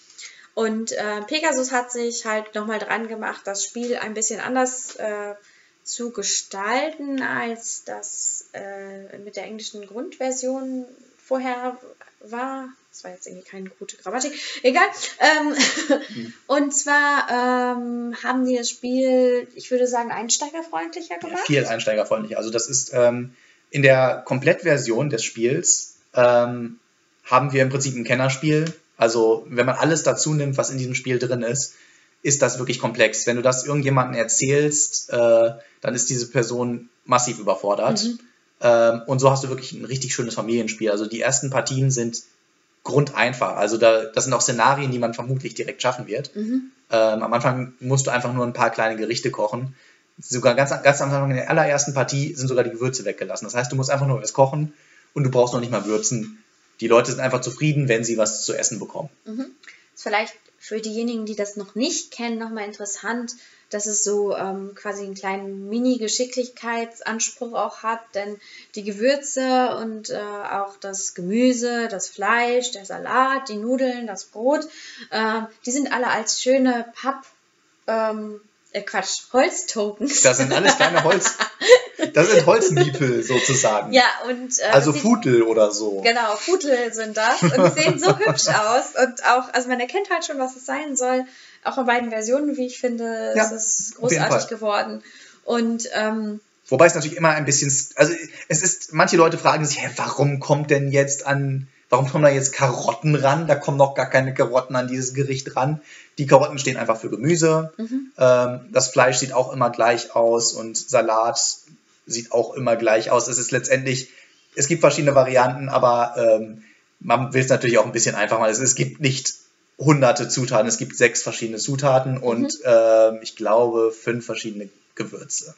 Und äh, Pegasus hat sich halt nochmal dran gemacht, das Spiel ein bisschen anders äh, zu gestalten, als das äh, mit der englischen Grundversion vorher war. Das war jetzt irgendwie keine gute Grammatik. Egal. Ähm, Mhm. Und zwar ähm, haben die das Spiel, ich würde sagen, einsteigerfreundlicher Ja, gemacht. viel einsteigerfreundlicher. Also das ist ähm, in der Komplettversion des Spiels ähm, haben wir im Prinzip ein Kennerspiel. Also wenn man alles dazu nimmt, was in diesem Spiel drin ist, ist das wirklich komplex. Wenn du das irgendjemandem erzählst, äh, dann ist diese Person massiv überfordert. Mhm. Ähm, und so hast du wirklich ein richtig schönes Familienspiel. Also die ersten Partien sind grundeinfach. Also da, das sind auch Szenarien, die man vermutlich direkt schaffen wird. Mhm. Ähm, am Anfang musst du einfach nur ein paar kleine Gerichte kochen. Sogar ganz, ganz am Anfang in der allerersten Partie sind sogar die Gewürze weggelassen. Das heißt, du musst einfach nur was kochen und du brauchst noch nicht mal würzen. Die Leute sind einfach zufrieden, wenn sie was zu essen bekommen. Mhm. Ist vielleicht für diejenigen, die das noch nicht kennen, nochmal interessant, dass es so ähm, quasi einen kleinen Mini-Geschicklichkeitsanspruch auch hat, denn die Gewürze und äh, auch das Gemüse, das Fleisch, der Salat, die Nudeln, das Brot, äh, die sind alle als schöne Papp, ähm, äh Quatsch, Holztokens. Das sind alles kleine Holz... Das sind Holzmiepel sozusagen. Ja, und äh, Also die- Futel oder so. Genau, Pudel sind das und die sehen so hübsch aus und auch, also man erkennt halt schon, was es sein soll. Auch in beiden Versionen, wie ich finde, Ja, ist es auf jeden großartig Fall. geworden. Und ähm, Wobei es natürlich immer ein bisschen, also es ist, manche Leute fragen sich, hä, warum kommt denn jetzt an, warum kommen da jetzt Karotten ran? Da kommen noch gar keine Karotten an dieses Gericht ran. Die Karotten stehen einfach für Gemüse. Mhm. Ähm, das Fleisch sieht auch immer gleich aus und Salat sieht auch immer gleich aus. Es ist letztendlich, es gibt verschiedene Varianten, aber ähm, man will es natürlich auch ein bisschen einfach machen. Es, es gibt nicht hunderte Zutaten, es gibt sechs verschiedene Zutaten und ähm, ich glaube fünf verschiedene Gewürze.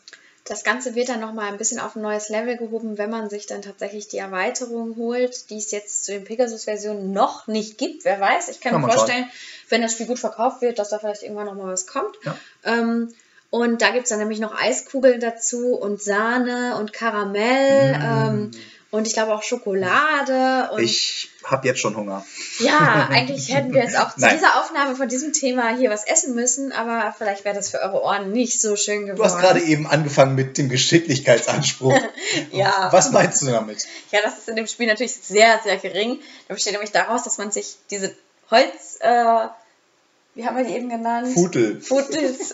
Das Ganze wird dann nochmal ein bisschen auf ein neues Level gehoben, wenn man sich dann tatsächlich die Erweiterung holt, die es jetzt zu den Pegasus-Versionen noch nicht gibt. Wer weiß, ich kann, kann mir vorstellen, schauen. Wenn das Spiel gut verkauft wird, dass da vielleicht irgendwann nochmal was kommt. Ja. Ähm, und da gibt es dann nämlich noch Eiskugeln dazu und Sahne und Karamell. Mm. Ähm, Und ich glaube auch Schokolade. Und ich habe jetzt schon Hunger. Ja, eigentlich hätten wir jetzt auch zu Nein. dieser Aufnahme von diesem Thema hier was essen müssen, aber vielleicht wäre das für eure Ohren nicht so schön geworden. Du hast gerade eben angefangen mit dem Geschicklichkeitsanspruch. Ja. Was meinst du damit? Ja, das ist in dem Spiel natürlich sehr, sehr gering. Da besteht nämlich daraus, dass man sich diese Holz... Äh, wie haben wir die eben genannt? Futel. Futels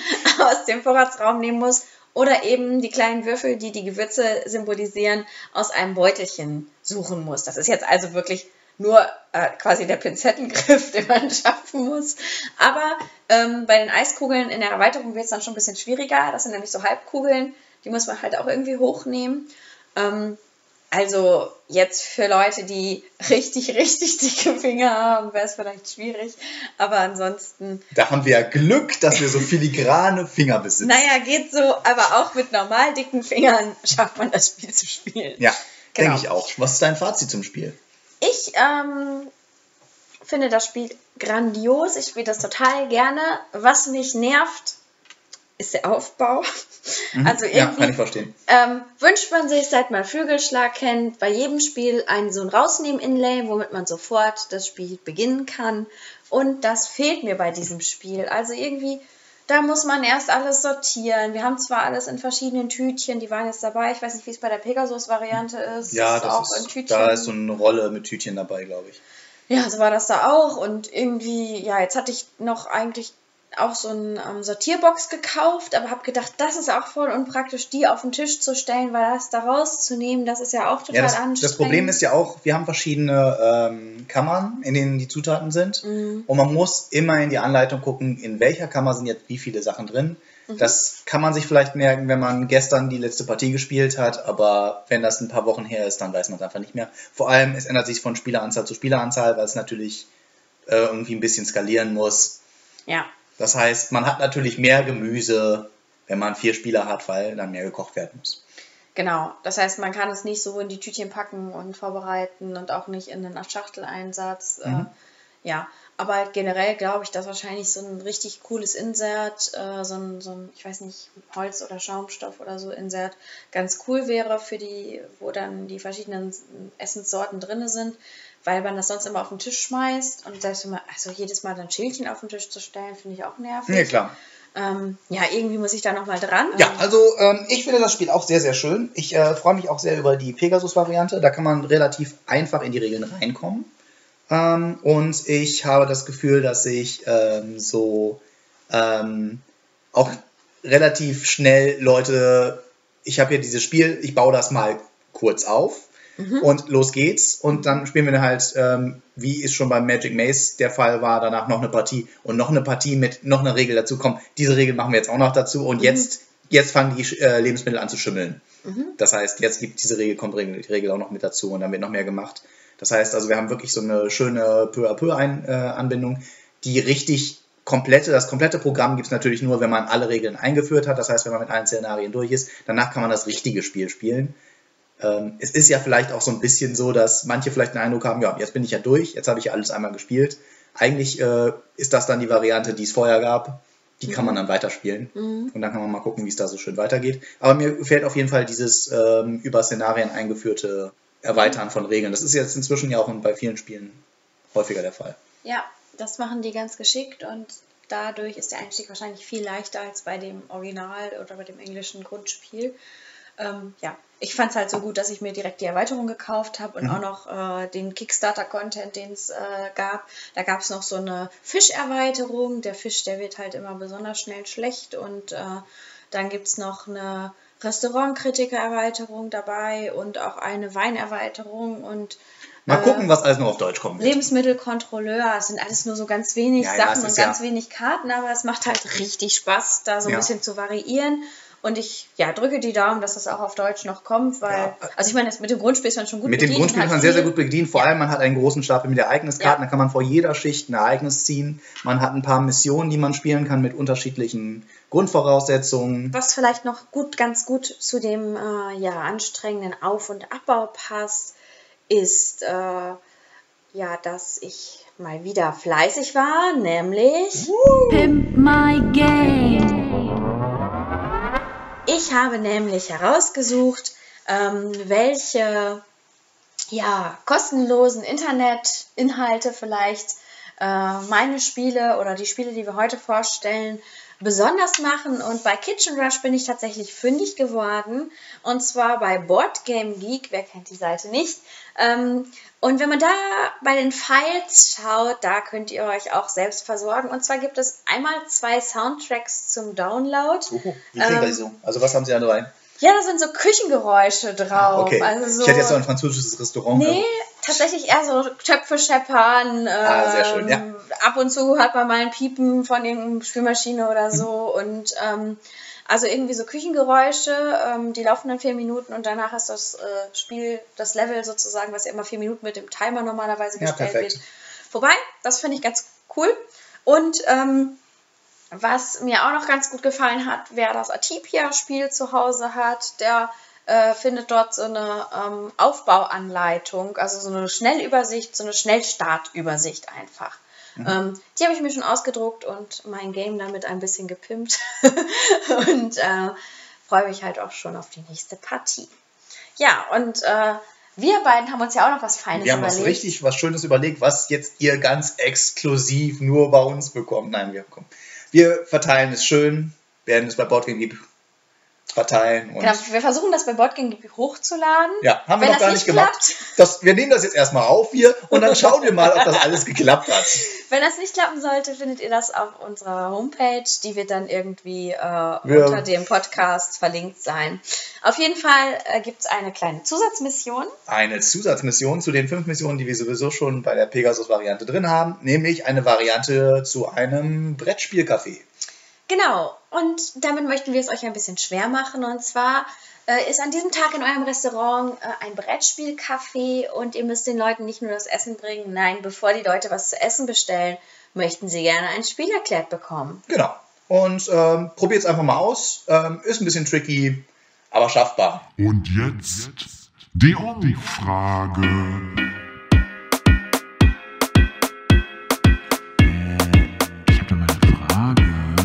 aus dem Vorratsraum nehmen muss. Oder eben die kleinen Würfel, die die Gewürze symbolisieren, aus einem Beutelchen suchen muss. Das ist jetzt also wirklich nur äh, quasi der Pinzettengriff, den man schaffen muss. Aber ähm, bei den Eiskugeln in der Erweiterung wird es dann schon ein bisschen schwieriger. Das sind nämlich so Halbkugeln, die muss man halt auch irgendwie hochnehmen. Ähm, also jetzt für Leute, die richtig, richtig dicke Finger haben, wäre es vielleicht schwierig. Aber ansonsten... Da haben wir ja Glück, dass wir so filigrane Finger besitzen. Naja, geht so. Aber auch mit normal dicken Fingern schafft man das Spiel zu spielen. Ja, genau. Denke ich auch. Was ist dein Fazit zum Spiel? Ich ähm, finde das Spiel grandios. Ich spiele das total gerne. Was mich nervt, ist der Aufbau. Mhm. Also irgendwie, ja, kann ich verstehen. Ähm, wünscht man sich, seit man Flügelschlag kennt, bei jedem Spiel ein so ein Rausnehmen-Inlay, womit man sofort das Spiel beginnen kann. Und das fehlt mir bei diesem Spiel. Also irgendwie, da muss man erst alles sortieren. Wir haben zwar alles in verschiedenen Tütchen, die waren jetzt dabei. Ich weiß nicht, wie es bei der Pegasus-Variante ist. Ja, das, das auch ist, in Tütchen. Da ist so eine Rolle mit Tütchen dabei, glaube ich. Ja, so war das da auch. Und irgendwie, ja, jetzt hatte ich noch eigentlich auch so eine ähm, Sortierbox gekauft, aber habe gedacht, das ist auch voll unpraktisch, die auf den Tisch zu stellen, weil das da rauszunehmen, das ist ja auch total ja, das, anstrengend. Das Problem ist ja auch, wir haben verschiedene ähm, Kammern, in denen die Zutaten sind mhm. und man muss immer in die Anleitung gucken, in welcher Kammer sind jetzt wie viele Sachen drin. Mhm. Das kann man sich vielleicht merken, wenn man gestern die letzte Partie gespielt hat, aber wenn das ein paar Wochen her ist, dann weiß man es einfach nicht mehr. Vor allem, es ändert sich von Spieleranzahl zu Spieleranzahl, weil es natürlich äh, irgendwie ein bisschen skalieren muss. Ja. Das heißt, man hat natürlich mehr Gemüse, wenn man vier Spieler hat, weil dann mehr gekocht werden muss. Genau, das heißt, man kann es nicht so in die Tütchen packen und vorbereiten und auch nicht in den Schachteleinsatz. Mhm. Äh, ja, aber generell glaube ich, dass wahrscheinlich so ein richtig cooles Insert, äh, so, ein, so ein, ich weiß nicht, Holz- oder Schaumstoff oder so Insert, ganz cool wäre für die, wo dann die verschiedenen Essenssorten drin sind. Weil man das sonst immer auf den Tisch schmeißt und selbst wenn man, also jedes Mal ein Schälchen auf den Tisch zu stellen, finde ich auch nervig. Nee, klar. Ähm, ja, irgendwie muss ich da nochmal dran. Ja, also ähm, ich finde das Spiel auch sehr, sehr schön. Ich äh, freue mich auch sehr über die Pegasus-Variante. Da kann man relativ einfach in die Regeln reinkommen. Ähm, und ich habe das Gefühl, dass ich ähm, so ähm, auch relativ schnell Leute, ich habe hier dieses Spiel, ich baue das mal kurz auf. Mhm. Und los geht's. Und dann spielen wir halt, ähm, wie es schon beim Magic Maze der Fall war, danach noch eine Partie und noch eine Partie mit noch einer Regel dazu kommt. Diese Regel machen wir jetzt auch noch dazu und mhm. jetzt, jetzt fangen die äh, Lebensmittel an zu schimmeln. Mhm. Das heißt, jetzt gibt diese Regel, kommt die Regel auch noch mit dazu und dann wird noch mehr gemacht. Das heißt, also wir haben wirklich so eine schöne Peu-à-Peu-Anbindung, die richtig komplette, das komplette Programm gibt es natürlich nur, wenn man alle Regeln eingeführt hat. Das heißt, wenn man mit allen Szenarien durch ist, danach kann man das richtige Spiel spielen. Es ist ja vielleicht auch so ein bisschen so, dass manche vielleicht den Eindruck haben, ja, jetzt bin ich ja durch, jetzt habe ich ja alles einmal gespielt. Eigentlich äh, ist das dann die Variante, die es vorher gab. Die mhm. kann man dann weiterspielen. Mhm. Und dann kann man mal gucken, wie es da so schön weitergeht. Aber mir gefällt auf jeden Fall dieses ähm, über Szenarien eingeführte Erweitern von Regeln. Das ist jetzt inzwischen ja auch bei vielen Spielen häufiger der Fall. Ja, das machen die ganz geschickt und dadurch ist der Einstieg wahrscheinlich viel leichter als bei dem Original oder bei dem englischen Grundspiel. Ähm, ja, ich fand es halt so gut, dass ich mir direkt die Erweiterung gekauft habe und mhm. auch noch äh, den Kickstarter-Content, den es äh, gab. Da gab es noch so eine Fischerweiterung. Der Fisch, der wird halt immer besonders schnell schlecht. Und äh, dann gibt es noch eine Restaurantkritiker-Erweiterung dabei und auch eine Weinerweiterung und mal gucken, was alles noch auf Deutsch kommt. Lebensmittelkontrolleur, es sind alles nur so ganz wenig ja, Sachen ja, und ganz ja. wenig Karten, aber es macht halt richtig Spaß, da so ein ja. bisschen zu variieren. Und ich ja, drücke die Daumen, dass das auch auf Deutsch noch kommt, weil, Ja. also ich meine, das mit dem Grundspiel ist man schon gut Mit bedient. dem Grundspiel und ist hat man sehr, sehr viel- gut bedient. Vor Ja. allem, man hat einen großen Stapel mit Ereigniskarten. Ja. Da kann man vor jeder Schicht ein Ereignis ziehen. Man hat ein paar Missionen, die man spielen kann mit unterschiedlichen Grundvoraussetzungen. Was vielleicht noch gut, ganz gut zu dem äh, ja, anstrengenden Auf- und Abbau passt, ist, äh, ja, dass ich mal wieder fleißig war, nämlich Pimp my game. ich habe nämlich herausgesucht, ähm, welche ja, kostenlosen Internetinhalte vielleicht äh, meine Spiele oder die Spiele, die wir heute vorstellen, besonders machen. Und bei Kitchen Rush bin ich tatsächlich fündig geworden. Und zwar bei Board Game Geek. Wer kennt die Seite nicht? Ähm, und wenn man da bei den Files schaut, da könnt ihr euch auch selbst versorgen. Und zwar gibt es einmal zwei Soundtracks zum Download. Oh, wie klingt Ähm, das so? Also was haben Sie da rein? Ja, da sind so Küchengeräusche drauf. Okay. Also so, Ich hätte jetzt so ein französisches Restaurant. Nee, tatsächlich eher so Töpfe scheppern. Ah, sehr schön, ähm, Ab und zu hat man mal ein Piepen von irgendeiner Spülmaschine oder so. Und ähm, also irgendwie so Küchengeräusche, ähm, die laufen dann vier Minuten und danach ist das äh, Spiel, das Level sozusagen, was ja immer vier Minuten mit dem Timer normalerweise Ja, gestellt perfekt. wird, vorbei. Das finde ich ganz cool. Und ähm, was mir auch noch ganz gut gefallen hat, wer das Atipia-Spiel zu Hause hat, der äh, findet dort so eine ähm, Aufbauanleitung, also so eine Schnellübersicht, so eine Schnellstartübersicht einfach. Mhm. Ähm, die habe ich mir schon ausgedruckt und mein Game damit ein bisschen gepimpt und äh, freue mich halt auch schon auf die nächste Partie. Ja, und äh, wir beiden haben uns ja auch noch was Feines Wir haben überlegt. was richtig, was Schönes überlegt, was jetzt ihr ganz exklusiv nur bei uns bekommt. Nein, wir bekommen. Wir verteilen es schön, werden es bei Boardgame Geek verteilen. Und Genau, wir versuchen das bei Boardgame hochzuladen. ja, haben wir Wenn noch das gar nicht nicht gemacht. klappt. Das, wir nehmen das jetzt erstmal auf hier und dann schauen wir mal, ob das alles geklappt hat. Wenn das nicht klappen sollte, findet ihr das auf unserer Homepage. Die wird dann irgendwie äh, Wir- unter dem Podcast verlinkt sein. Auf jeden Fall äh, gibt es eine kleine Zusatzmission. Eine Zusatzmission zu den fünf Missionen, die wir sowieso schon bei der Pegasus-Variante drin haben, nämlich eine Variante zu einem Brettspielcafé. Genau, und damit möchten wir es euch ein bisschen schwer machen. Und zwar äh, ist an diesem Tag in eurem Restaurant äh, ein Brettspielcafé und ihr müsst den Leuten nicht nur das Essen bringen. Nein, bevor die Leute was zu essen bestellen, möchten sie gerne ein Spiel erklärt bekommen. Genau. Und ähm, probiert es einfach mal aus. Ähm, ist ein bisschen tricky, aber schaffbar. Und jetzt die Umfrage. Ich habe da mal eine Frage.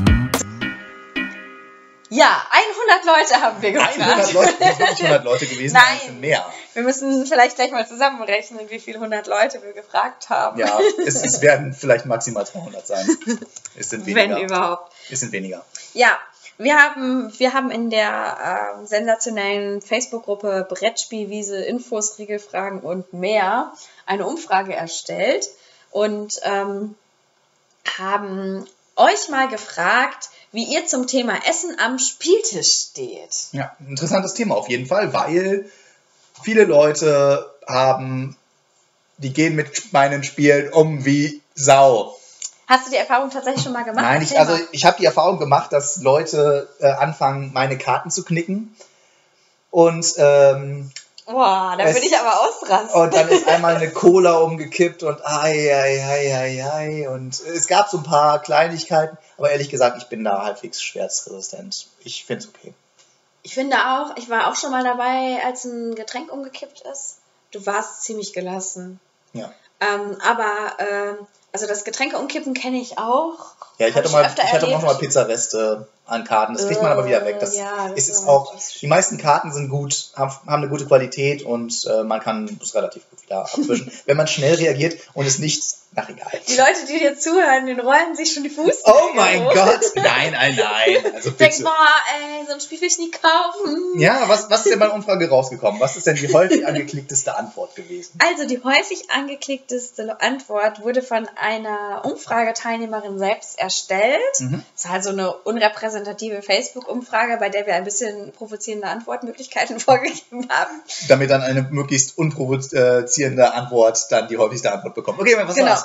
Ja, hundert Leute haben wir gefragt. hundert Leute, das sind nicht hundert Leute gewesen, Nein. ein bisschen mehr. Wir müssen vielleicht gleich mal zusammenrechnen, wie viele hundert Leute wir gefragt haben. Ja, es, es werden vielleicht maximal zweihundert sein. Es sind weniger. Wenn überhaupt. Es sind weniger. Ja, wir haben, wir haben in der äh, sensationellen Facebook-Gruppe Brettspielwiese, Infos, Regelfragen und mehr eine Umfrage erstellt und ähm, haben euch mal gefragt, wie ihr zum Thema Essen am Spieltisch steht. Ja, ein interessantes Thema auf jeden Fall, weil viele Leute haben, die gehen mit meinen Spielen um wie Sau. Hast du die Erfahrung tatsächlich schon mal gemacht? Nein, ich, Erzähl also mal. ich habe die Erfahrung gemacht, dass Leute äh, anfangen, meine Karten zu knicken. Und, ähm, Boah, da es- würde ich aber ausrasten. und dann ist einmal eine Cola umgekippt und ai, ai, ai, ai, ai. Und es gab so ein paar Kleinigkeiten, aber ehrlich gesagt, ich bin da halbwegs schmerzresistent. Ich finde es okay. Ich finde auch, ich war auch schon mal dabei, als ein Getränk umgekippt ist. Du warst ziemlich gelassen. Ja. Ähm, aber, ähm, also das Getränke umkippen kenne ich auch. Ja, ich Hab hatte, ich mal, öfter ich hatte auch erlebt. mal Pizzareste an Karten. Das kriegt man aber wieder weg. Das, Äh, ja, das es ist ist auch, das ist die meisten Karten sind gut, haben, haben eine gute Qualität und äh, man kann es relativ gut wieder abwischen, wenn man schnell reagiert und es nicht, ach egal. Die Leute, die dir zuhören, den rollen sich schon die Fuß. Oh mein Gott! Nein, nein, nein. Also Denk, bitte. boah, ey, so ein Spiel will ich nie kaufen. Ja, was, was ist denn bei der Umfrage rausgekommen? Was ist denn die häufig angeklickteste Antwort gewesen? Also die häufig angeklickteste Antwort wurde von einer Umfrageteilnehmerin selbst erstellt. Mhm. Das war also eine unrepräsentative Facebook-Umfrage, bei der wir ein bisschen provozierende Antwortmöglichkeiten vorgegeben haben. Damit dann eine möglichst unprovozierende Antwort dann die häufigste Antwort bekommt. Okay, was Genau. war's?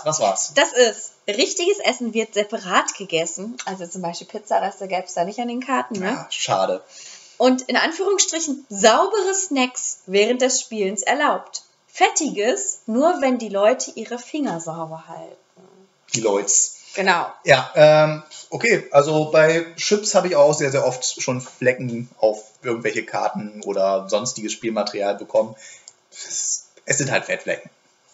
Ja, was war's? Das ist, richtiges Essen wird separat gegessen. Also zum Beispiel Pizza, das gäbe es da nicht an den Karten, ne? Ja, schade. Und in Anführungsstrichen saubere Snacks während des Spielens erlaubt. Fettiges nur, wenn die Leute ihre Finger sauber halten. Die Leuts. Genau. Ja, ähm, okay. Also bei Chips habe ich auch sehr, sehr oft schon Flecken auf irgendwelche Karten oder sonstiges Spielmaterial bekommen. Es, es sind halt Fettflecken.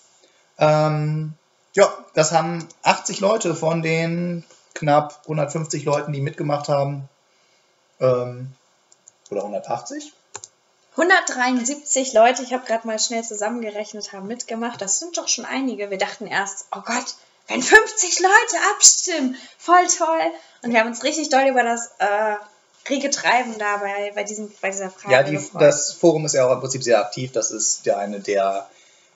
Ähm, ja, das haben achtzig Leute von den knapp hundertfünfzig Leuten, die mitgemacht haben. Ähm, oder hundertachtzig? hundertdreiundsiebzig Leute, ich habe gerade mal schnell zusammengerechnet, haben mitgemacht. Das sind doch schon einige. Wir dachten erst, oh Gott, wenn fünfzig Leute abstimmen, voll toll. Und wir haben uns richtig doll über das äh, rege Treiben da bei, bei, diesem, bei dieser Frage Ja, die, gefreut. das Forum ist ja auch im Prinzip sehr aktiv. Das ist ja eine der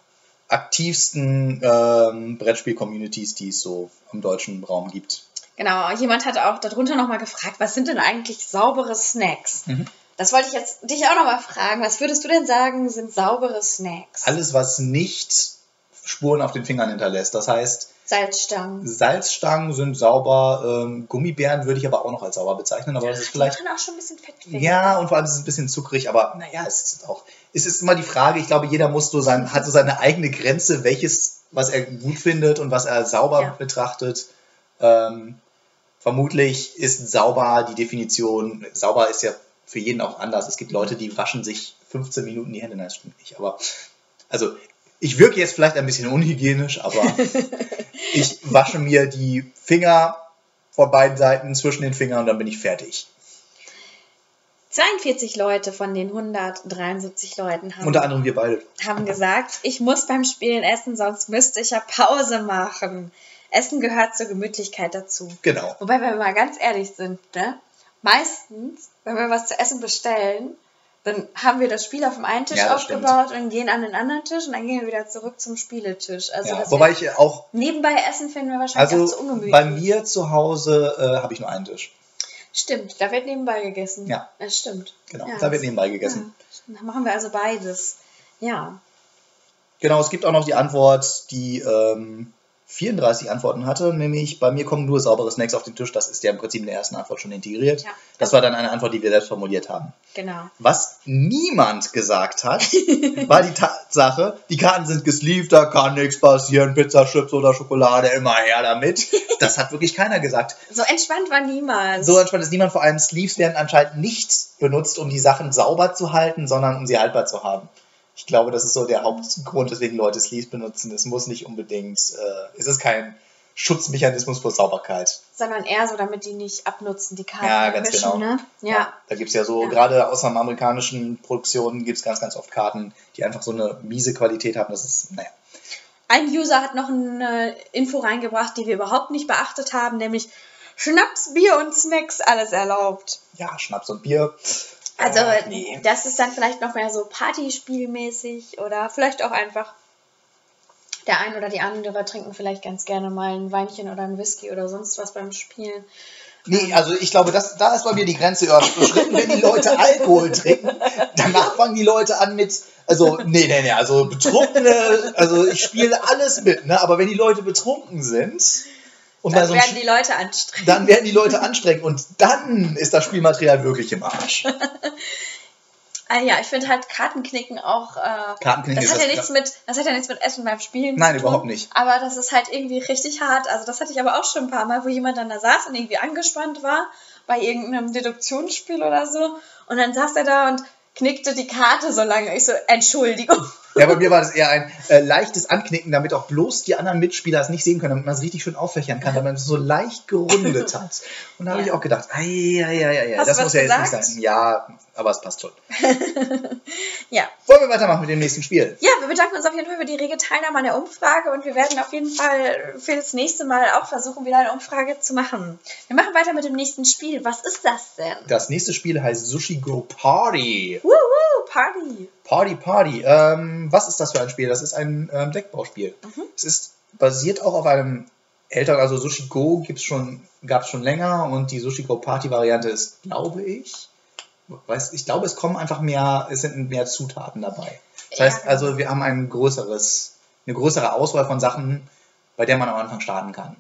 aktivsten ähm, Brettspiel-Communities, die es so im deutschen Raum gibt. Genau, jemand hat auch darunter nochmal gefragt, was sind denn eigentlich saubere Snacks? Mhm. Das wollte ich jetzt dich auch nochmal fragen. Was würdest du denn sagen, sind saubere Snacks? Alles, was nicht Spuren auf den Fingern hinterlässt. Das heißt, Salzstangen. Salzstangen sind sauber, ähm, Gummibären würde ich aber auch noch als sauber bezeichnen, aber das ist Die vielleicht... machen auch schon ein bisschen Fettflecken. Ja, und vor allem ist es ein bisschen zuckrig, aber naja, es ist auch... Es ist immer die Frage, ich glaube, jeder muss so sein, hat so seine eigene Grenze, welches, was er gut findet und was er sauber Ja. betrachtet. Ähm, vermutlich ist sauber die Definition, sauber ist ja für jeden auch anders. Es gibt Leute, die waschen sich fünfzehn Minuten die Hände, nein, das stimmt nicht, aber... Also, ich wirke jetzt vielleicht ein bisschen unhygienisch, aber ich wasche mir die Finger von beiden Seiten zwischen den Fingern und dann bin ich fertig. zweiundvierzig Leute von den hundertdreiundsiebzig Leuten haben, Unter anderem wir beide. haben gesagt, ich muss beim Spielen essen, sonst müsste ich ja Pause machen. Essen gehört zur Gemütlichkeit dazu. Genau. Wobei, wenn wir mal ganz ehrlich sind, ne? Meistens, wenn wir was zu essen bestellen, dann haben wir das Spiel auf dem einen Tisch Ja, das aufgebaut und gehen an den anderen Tisch und dann gehen wir wieder zurück zum Spieletisch. Also Ja, das wobei wir ich auch, nebenbei essen finden wir wahrscheinlich also auch zu ungemütlich. bei mir zu Hause äh, habe ich nur einen Tisch. Stimmt, da wird nebenbei gegessen. Ja. Das stimmt. Genau, Ja, da wird das- nebenbei gegessen. Ja, dann machen wir also beides. Ja. Genau, es gibt auch noch die Antwort, die ähm, vierunddreißig Antworten hatte, nämlich bei mir kommen nur saubere Snacks auf den Tisch. Das ist ja im Prinzip in der ersten Antwort schon integriert. Ja. Das war dann eine Antwort, die wir selbst formuliert haben. Genau. Was niemand gesagt hat, war die Tatsache, die Karten sind gesleeved, da kann nichts passieren, Pizza, Chips oder Schokolade, immer her damit. Das hat wirklich keiner gesagt. So entspannt war niemand. So entspannt ist niemand, vor allem Sleeves werden anscheinend nicht benutzt, um die Sachen sauber zu halten, sondern um sie haltbar zu haben. Ich glaube, das ist so der Hauptgrund, weswegen Leute Sleeves benutzen. Es muss nicht unbedingt, äh, es ist kein Schutzmechanismus vor Sauberkeit. Sondern eher so, damit die nicht abnutzen, die Karten. Ja, ganz mischen, genau. Ne? Ja. Da gibt es ja so, Ja. gerade aus den amerikanischen Produktionen gibt es ganz, ganz oft Karten, die einfach so eine miese Qualität haben. Das ist, naja. Ein User hat noch eine Info reingebracht, die wir überhaupt nicht beachtet haben, nämlich Schnaps, Bier und Snacks, alles erlaubt. Ja, Schnaps und Bier. Also Äh, nee. das ist dann vielleicht noch mehr so Partyspielmäßig oder vielleicht auch einfach der ein oder die andere trinken vielleicht ganz gerne mal ein Weinchen oder ein Whisky oder sonst was beim Spielen. Nee, also ich glaube, das, da ist bei mir die Grenze überschritten, wenn die Leute Alkohol trinken. Danach fangen die Leute an mit, also, nee, nee, nee, also Betrunkene, also ich spiele alles mit, ne, aber wenn die Leute betrunken sind und bei Dann so einem werden die Leute anstrengend. dann werden die Leute anstrengend und dann ist das Spielmaterial wirklich im Arsch. Ah ja, ich finde halt Kartenknicken auch. Äh, Kartenknicken das ist hat ja das- nichts mit, das hat ja nichts mit Essen beim Spielen Nein, zu tun. überhaupt nicht. Aber das ist halt irgendwie richtig hart. Also das hatte ich aber auch schon ein paar Mal, wo jemand dann da saß und irgendwie angespannt war bei irgendeinem Deduktionsspiel oder so. Und dann saß er da und knickte die Karte so lange. Ich so, Entschuldigung. Ja, bei mir war das eher ein äh, leichtes Anknicken, damit auch bloß die anderen Mitspieler es nicht sehen können, damit man es richtig schön auffächern kann, damit man es so leicht gerundet hat. Und da habe Ja. ich auch gedacht, ei, ei, ei, ei, Hast das du muss was ja jetzt gesagt? nicht sein. Ja, aber es passt schon. Ja. Wollen wir weitermachen mit dem nächsten Spiel? Ja, wir bedanken uns auf jeden Fall für die rege Teilnahme an der Umfrage und wir werden auf jeden Fall für das nächste Mal auch versuchen, wieder eine Umfrage zu machen. Wir machen weiter mit dem nächsten Spiel. Was ist das denn? Das nächste Spiel heißt Sushi Go Party. Wuhu, Party. Party, Party. Ähm, was ist das für ein Spiel? Das ist ein ähm, Deckbauspiel. Mhm. Es ist basiert auch auf einem älteren, also Sushi Go gibt's schon, gab es schon länger und die Sushi Go Party Variante ist, glaube ich, weiß, ich glaube, es kommen einfach mehr, es sind mehr Zutaten dabei. Das Ja, heißt genau. also, wir haben ein größeres, eine größere Auswahl von Sachen. bei der man am Anfang starten kann.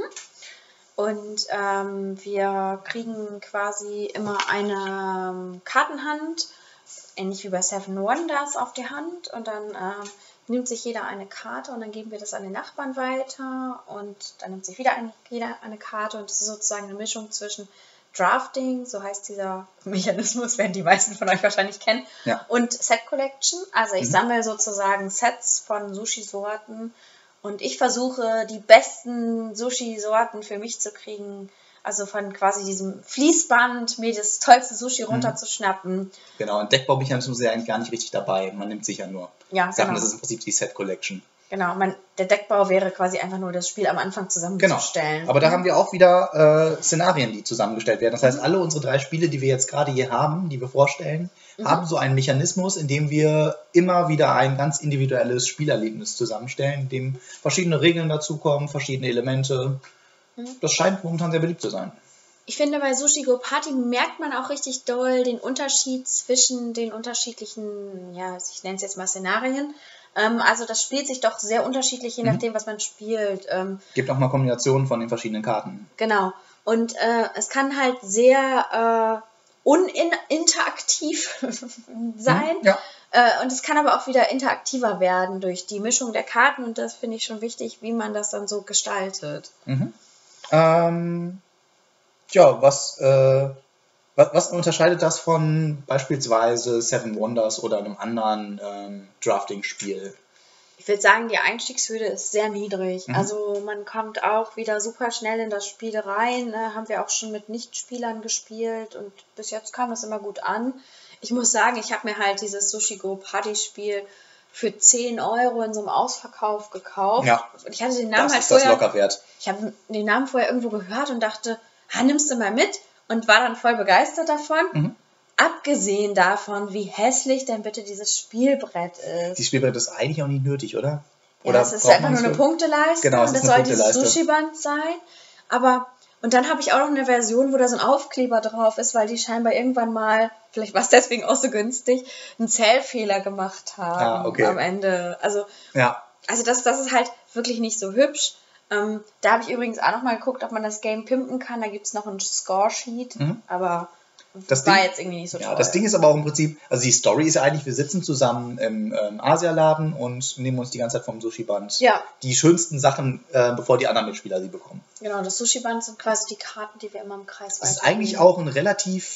Und ähm, wir kriegen quasi immer eine ähm, Kartenhand, ähnlich wie bei Seven Wonders, auf die Hand. Und dann ähm, nimmt sich jeder eine Karte und dann geben wir das an den Nachbarn weiter. Und dann nimmt sich wieder ein, jeder eine Karte. Und das ist sozusagen eine Mischung zwischen Drafting, so heißt dieser Mechanismus, werden die meisten von euch wahrscheinlich kennen, Ja. und Set Collection. Also ich Mhm. sammle sozusagen Sets von Sushi-Sorten und ich versuche, die besten Sushi-Sorten für mich zu kriegen. Also von quasi diesem Fließband mir das tollste Sushi runterzuschnappen. Genau, ein Deckbaumechanismus ist ja eigentlich gar nicht richtig dabei. Man nimmt sich ja nur Ja, Sachen, genau. das ist im Prinzip die Set Collection. Genau, man, der Deckbau wäre quasi einfach nur das Spiel am Anfang Genau, zusammenzustellen. aber da haben wir auch wieder äh, Szenarien, die zusammengestellt werden. Das heißt, alle unsere drei Spiele, die wir jetzt gerade hier haben, die wir vorstellen, haben so einen Mechanismus, in dem wir immer wieder ein ganz individuelles Spielerlebnis zusammenstellen, in dem verschiedene Regeln dazukommen, verschiedene Elemente. Das scheint momentan sehr beliebt zu sein. Ich finde, bei Sushi Go Party merkt man auch richtig doll den Unterschied zwischen den unterschiedlichen, ja, ich nenne es jetzt mal Szenarien. Ähm, also das spielt sich doch sehr unterschiedlich, je nachdem, was man spielt. Ähm, Gibt auch mal Kombinationen von den verschiedenen Karten. genau. Und äh, es kann halt sehr äh, uninteraktiv sein. Ja. Äh, und es kann aber auch wieder interaktiver werden durch die Mischung der Karten. Und das finde ich schon wichtig, wie man das dann so gestaltet. Mhm. Ähm, tja, was, äh, was, was unterscheidet das von beispielsweise Seven Wonders oder einem anderen ähm, Drafting-Spiel? Ich würde sagen, die Einstiegshürde ist sehr niedrig. Mhm. Also man kommt auch wieder super schnell in das Spiel rein. Ne? Haben wir auch schon mit Nichtspielern gespielt und bis jetzt kam das immer gut an. Ich muss sagen, ich habe mir halt dieses Sushi Go Party Spiel für zehn Euro in so einem Ausverkauf gekauft. Ja. Und ich hatte den Namen Das halt ist das vorher, locker wert. ich habe den Namen vorher irgendwo gehört und dachte, ha, nimmst du mal mit? Und war dann voll begeistert davon. Mhm. Abgesehen davon, wie hässlich denn bitte dieses Spielbrett ist. Die Spielbrett ist eigentlich auch nicht nötig, oder? Ja, Oder es ist braucht einfach man nur eine so? Punkteleiste Genau, es und ist das eine soll dieses Punkteleiste. Sushi-Band sein. Aber, und dann habe ich auch noch eine Version, wo da so ein Aufkleber drauf ist, weil die scheinbar irgendwann mal, vielleicht war es deswegen auch so günstig, einen Zählfehler gemacht haben Ah, okay. am Ende. Also, Ja, also das, das ist halt wirklich nicht so hübsch. Ähm, da habe ich übrigens auch noch mal geguckt, ob man das Game pimpen kann. Da gibt es noch ein Score-Sheet, Mhm. aber Das war Ding- jetzt irgendwie nicht so ja, toll. das Ding ist aber auch im Prinzip, also die Story ist ja eigentlich, wir sitzen zusammen im ähm, Asialaden und nehmen uns die ganze Zeit vom Sushi-Band Ja. die schönsten Sachen, äh, bevor die anderen Mitspieler sie bekommen. Genau, das Sushi-Band sind quasi die Karten, die wir immer im Kreis Das ist weitergeben. eigentlich auch eine relativ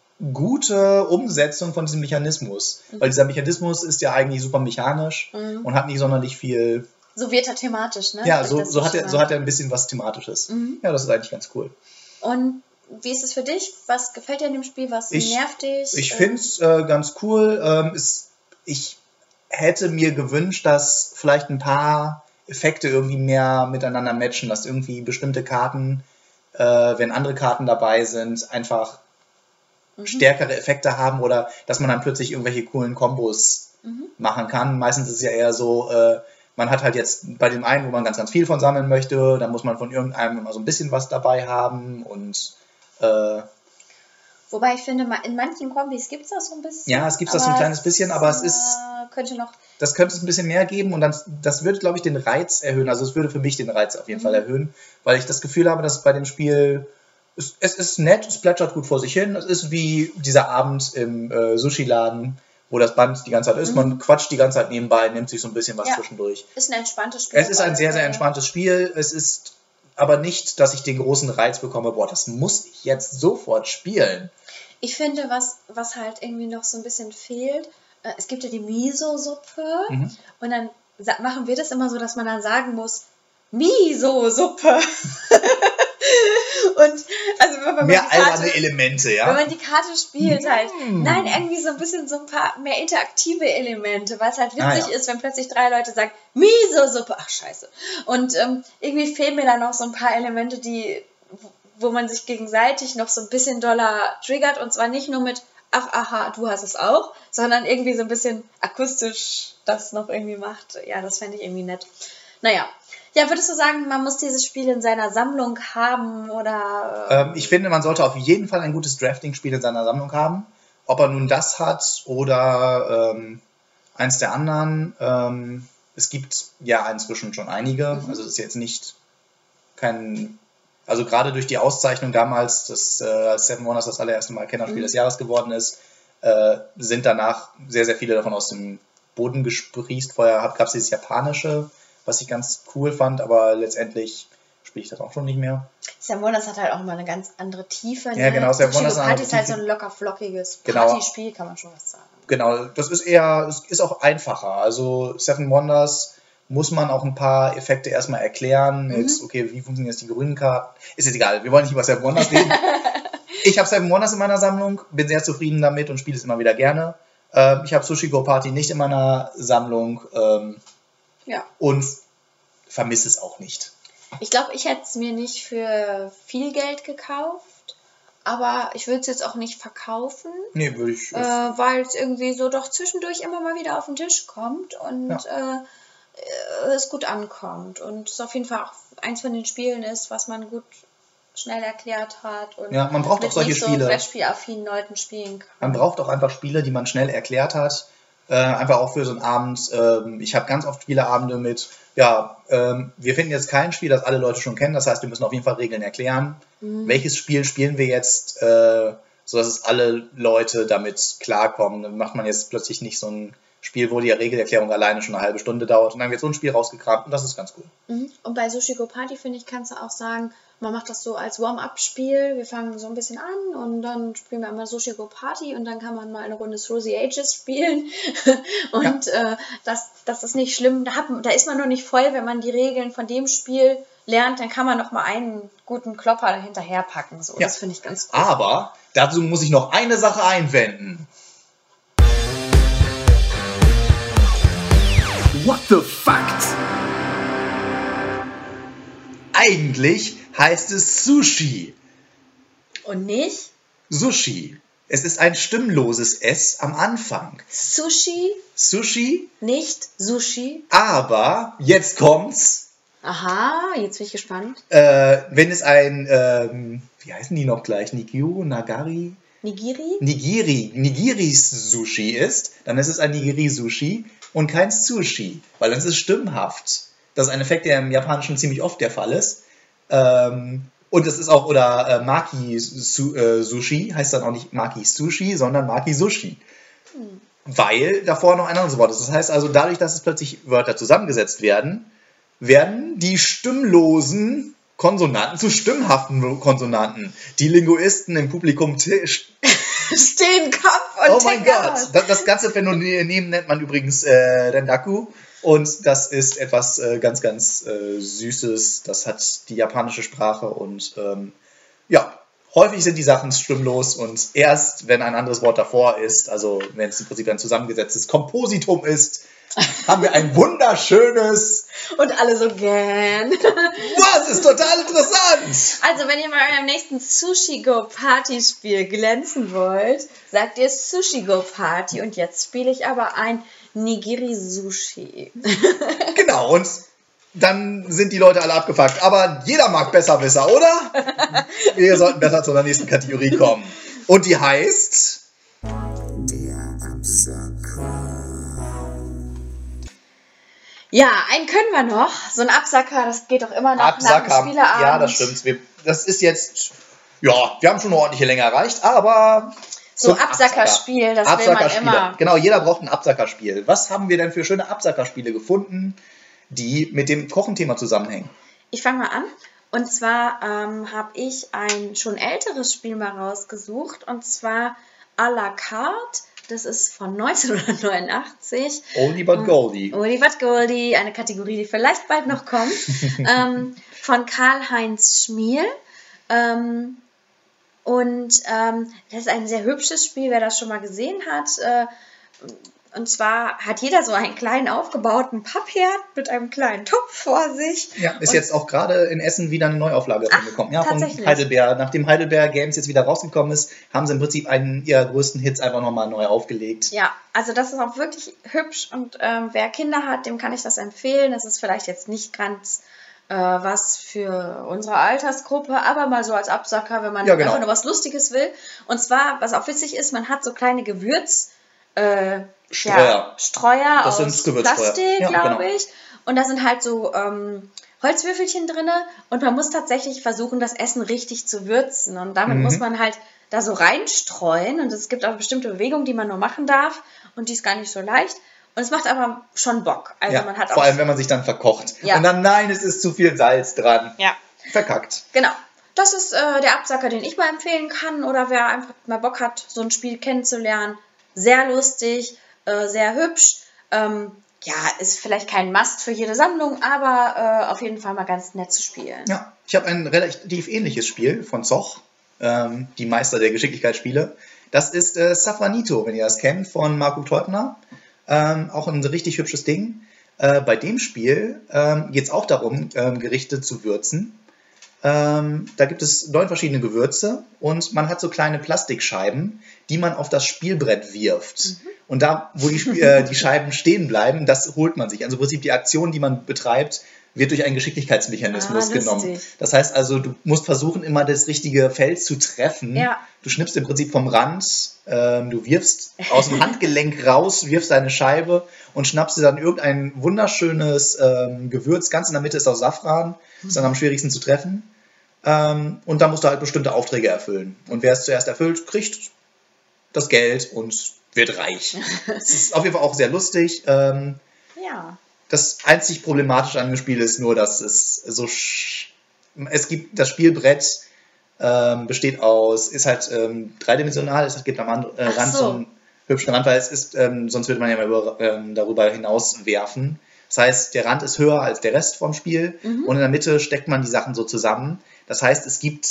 gute Umsetzung von diesem Mechanismus, weil dieser Mechanismus ist ja eigentlich super mechanisch Mhm. und hat nicht sonderlich viel, So wird er thematisch, ne? ja, Durch so, das so, hat er, so Sushi-Band. hat er ein bisschen was Thematisches. Mhm. Ja, das ist eigentlich ganz cool. Und wie ist es für dich? Was gefällt dir an dem Spiel? Was Ich- nervt dich? Ich Ähm, finde es äh, ganz cool. Ähm, es, ich hätte mir gewünscht, dass vielleicht ein paar Effekte irgendwie mehr miteinander matchen, dass irgendwie bestimmte Karten, äh, wenn andere Karten dabei sind, einfach Mhm. stärkere Effekte haben oder dass man dann plötzlich irgendwelche coolen Kombos Mhm. machen kann. Meistens ist es ja eher so, äh, man hat halt jetzt bei dem einen, wo man ganz, ganz viel von sammeln möchte, dann muss man von irgendeinem immer so ein bisschen was dabei haben und äh, Wobei ich finde, ma- in manchen Kombis gibt es das so ein bisschen. ja, es gibt das so ein aber kleines bisschen, aber es ist äh, könnte noch. das könnte es ein bisschen mehr geben und dann, das würde, glaube ich, den Reiz erhöhen. Also es würde für mich den Reiz auf jeden Mhm. Fall erhöhen, weil ich das Gefühl habe, dass bei dem Spiel, es, es ist nett, es plätschert gut vor sich hin. Es ist wie dieser Abend im äh, Sushi-Laden, wo das Band die ganze Zeit ist. Mhm. Man quatscht die ganze Zeit nebenbei, nimmt sich so ein bisschen was Ja. zwischendurch. Ist ein entspanntes Spiel. Es ist ein sehr, sehr entspanntes Spiel. Es ist aber nicht, dass ich den großen Reiz bekomme, boah, das muss ich jetzt sofort spielen. Ich finde, was, was halt irgendwie noch so ein bisschen fehlt, äh, es gibt ja die Miso-Suppe Mhm. und dann sa- machen wir das immer so, dass man dann sagen muss, Miso-Suppe. Und also wenn man Mehr die Karte, alberne Elemente, wenn ja. man die Karte spielt halt, Mm. nein, irgendwie so ein bisschen so ein paar mehr interaktive Elemente, weil es halt witzig Ah, ja. ist, wenn plötzlich drei Leute sagen, Miso-Suppe, ach scheiße. Und ähm, irgendwie fehlen mir da noch so ein paar Elemente, die, wo man sich gegenseitig noch so ein bisschen doller triggert und zwar nicht nur mit, ach aha, du hast es auch, sondern irgendwie so ein bisschen akustisch das noch irgendwie macht. Ja, das fände ich irgendwie nett. Naja. Ja, würdest du sagen, man muss dieses Spiel in seiner Sammlung haben oder... Ähm, ich finde, man sollte auf jeden Fall ein gutes Drafting-Spiel in seiner Sammlung haben. Ob er nun das hat oder ähm, eins der anderen. Ähm, es gibt ja inzwischen schon einige. Mhm. Also es ist jetzt nicht kein... Also gerade durch die Auszeichnung damals, dass äh, Seven Wonders das allererste Mal Kennerspiel mhm. des Jahres geworden ist, äh, sind danach sehr, sehr viele davon aus dem Boden gesprießt. Vorher gab es dieses Japanische, was ich ganz cool fand, aber letztendlich spiele ich das auch schon nicht mehr. Seven Wonders hat halt auch immer eine ganz andere Tiefe. Ja, genau. Seven Wonders Party ist halt so ein locker flockiges genau. Partyspiel, kann man schon was sagen. Genau, das ist eher, es ist auch einfacher. Also Seven Wonders muss man auch ein paar Effekte erstmal erklären. Mhm. Jetzt, okay, wie funktionieren jetzt die grünen Karten? Ist jetzt egal, wir wollen nicht über Seven Wonders reden. Ich habe Seven Wonders in meiner Sammlung, bin sehr zufrieden damit und spiele es immer wieder gerne. Ähm, ich habe Sushi Go Party nicht in meiner Sammlung ähm, ja. und vermisse es auch nicht. Ich glaube, ich hätte es mir nicht für viel Geld gekauft, aber ich würde es jetzt auch nicht verkaufen. Nee, würde ich. Äh, weil es irgendwie so doch zwischendurch immer mal wieder auf den Tisch kommt und ja. äh, es gut ankommt. Und es auf jeden Fall auch eins von den Spielen ist, was man gut schnell erklärt hat und ja, man braucht mit auch solche nicht so Spiele. Brettspielaffinen Leuten spielen kann. Man braucht auch einfach Spiele, die man schnell erklärt hat. Äh, einfach auch für so einen Abend. Ähm, ich habe ganz oft Spieleabende mit, ja, ähm, wir finden jetzt kein Spiel, das alle Leute schon kennen. Das heißt, wir müssen auf jeden Fall Regeln erklären. Mhm. Welches Spiel spielen wir jetzt, äh, sodass es alle Leute damit klarkommen. Dann macht man jetzt plötzlich nicht so ein Spiel, wo die Regelerklärung alleine schon eine halbe Stunde dauert und dann wird so ein Spiel rausgekramt und das ist ganz cool. Mhm. Und bei Sushi Go Party, finde ich, kannst du auch sagen, man macht das so als Warm-up-Spiel. Wir fangen so ein bisschen an und dann spielen wir einmal Sushi Go Party und dann kann man mal eine Runde Through the Ages spielen. und ja. äh, das, das ist nicht schlimm. Da, hat, da ist man noch nicht voll, wenn man die Regeln von dem Spiel lernt, dann kann man noch mal einen guten Klopper dahinterher packen. So. Ja. Das finde ich ganz cool. Aber dazu muss ich noch eine Sache einwenden. What the fact? Eigentlich heißt es Sushi. Und nicht? Sushi. Es ist ein stimmloses S am Anfang. Sushi? Sushi? Nicht Sushi? Aber, jetzt kommt's. Aha, jetzt bin ich gespannt. Äh, wenn es ein, ähm, wie heißen die noch gleich? Nigiru, Nagari? Nigiri? Nigiri. Nigiri-Sushi ist, dann ist es ein Nigiri-Sushi und kein Sushi, weil dann ist es stimmhaft. Das ist ein Effekt, der im Japanischen ziemlich oft der Fall ist. Ähm, und es ist auch, oder äh, Maki-Sushi heißt dann auch nicht Maki-Sushi, sondern Maki-Sushi. Hm. Weil davor noch ein anderes Wort ist. Das heißt also, dadurch, dass es plötzlich Wörter zusammengesetzt werden, werden die stimmlosen Konsonanten zu stimmhaften Konsonanten. Die Linguisten im Publikum t- stehen Kopf und oh mein Gott, das, das ganze Phänomen nennt man übrigens äh, Rendaku. Und das ist etwas äh, ganz, ganz äh, Süßes. Das hat die japanische Sprache und ähm, ja, häufig sind die Sachen stimmlos und erst, wenn ein anderes Wort davor ist, also wenn es im Prinzip ein zusammengesetztes Kompositum ist, haben wir ein wunderschönes... Und alle so gern. Was? Ist total interessant. Also, wenn ihr mal eurem nächsten Sushi Go Party Spiel glänzen wollt, sagt ihr Sushi Go Party und jetzt spiele ich aber ein Nigiri Sushi. Genau, und dann sind die Leute alle abgefuckt. Aber jeder mag Besserwisser, oder? Wir sollten besser zu der nächsten Kategorie kommen. Und die heißt... Der Absacker. Ja, einen können wir noch. So ein Absacker, das geht doch immer noch Absacker, nach dem Spieleabend. Ja, das stimmt. Wir, das ist jetzt... Ja, wir haben schon eine ordentliche Länge erreicht, aber... So Absackerspiel, das will man immer. Genau, jeder braucht ein Absackerspiel. Was haben wir denn für schöne Absackerspiele gefunden, die mit dem Kochenthema zusammenhängen? Ich fange mal an. Und zwar ähm, habe ich ein schon älteres Spiel mal rausgesucht. Und zwar à la carte. Das ist von neunzehnhundertneunundachtzig. Oldie but Goldie. Oldie but Goldie, eine Kategorie, die vielleicht bald noch kommt. ähm, von Karl-Heinz Schmiel. Ähm, Und ähm, das ist ein sehr hübsches Spiel, wer das schon mal gesehen hat. Äh, und zwar hat jeder so einen kleinen aufgebauten Pappherd mit einem kleinen Topf vor sich. Ja, ist und jetzt auch gerade in Essen wieder eine Neuauflage davon gekommen. Ja, von Heidelberg. Nachdem Heidelberg Games jetzt wieder rausgekommen ist, haben sie im Prinzip einen ihrer größten Hits einfach nochmal neu aufgelegt. Ja, also das ist auch wirklich hübsch und ähm, wer Kinder hat, dem kann ich das empfehlen. Das ist vielleicht jetzt nicht ganz... was für unsere Altersgruppe, aber mal so als Absacker, wenn man ja, genau. einfach nur was Lustiges will. Und zwar, was auch witzig ist, man hat so kleine Gewürz, äh, Streuer. Ja, Streuer Das aus sind Gewürzstreuer. Plastik, Ja, glaube genau. ich. Und da sind halt so ähm, Holzwürfelchen drin und man muss tatsächlich versuchen, das Essen richtig zu würzen. Und damit Mhm. muss man halt da so reinstreuen. Und es gibt auch bestimmte Bewegungen, die man nur machen darf. Und die ist gar nicht so leicht. Und es macht aber schon Bock. Also Ja, man hat auch vor allem, wenn man sich dann verkocht. Ja. Und dann, nein, es ist zu viel Salz dran. ja, Verkackt. genau. Das ist äh, der Absacker, den ich mal empfehlen kann. Oder wer einfach mal Bock hat, so ein Spiel kennenzulernen. Sehr lustig, äh, sehr hübsch. Ähm, ja, ist vielleicht kein Must für jede Sammlung, aber äh, auf jeden Fall mal ganz nett zu spielen. Ja, ich habe ein relativ ähnliches Spiel von Zoch, ähm, die Meister der Geschicklichkeitsspiele. Das ist äh, Safranito, wenn ihr das kennt, von Marco Teubner. Ähm, auch ein richtig hübsches Ding. Äh, bei dem Spiel ähm, geht es auch darum, ähm, Gerichte zu würzen. Ähm, da gibt es neun verschiedene Gewürze und man hat so kleine Plastikscheiben, die man auf das Spielbrett wirft. Mhm. Und da, wo die, Sp- äh, die Scheiben stehen bleiben, das holt man sich. Also im Prinzip die Aktion, die man betreibt, wird durch einen Geschicklichkeitsmechanismus Ah, genommen. lustig. Das heißt also, du musst versuchen, immer das richtige Feld zu treffen. Ja. Du schnippst im Prinzip vom Rand, ähm, du wirfst aus dem Handgelenk raus, wirfst deine Scheibe und schnappst dir dann irgendein wunderschönes ähm, Gewürz. Ganz in der Mitte ist auch Safran, ist dann am schwierigsten zu treffen. Ähm, und dann musst du halt bestimmte Aufträge erfüllen. Und wer es zuerst erfüllt, kriegt das Geld und wird reich. Es ist auf jeden Fall auch sehr lustig. Ähm, Ja. Das einzig Problematische an dem Spiel ist nur, dass es so... Sch- es gibt das Spielbrett, ähm, besteht aus, ist halt ähm, dreidimensional, es gibt am and- äh, Ach Rand so. so einen hübschen Rand, weil es ist, ähm, sonst würde man ja mal über, ähm, darüber hinaus werfen. Das heißt, der Rand ist höher als der Rest vom Spiel und in der Mitte steckt man die Sachen so zusammen. Das heißt, es gibt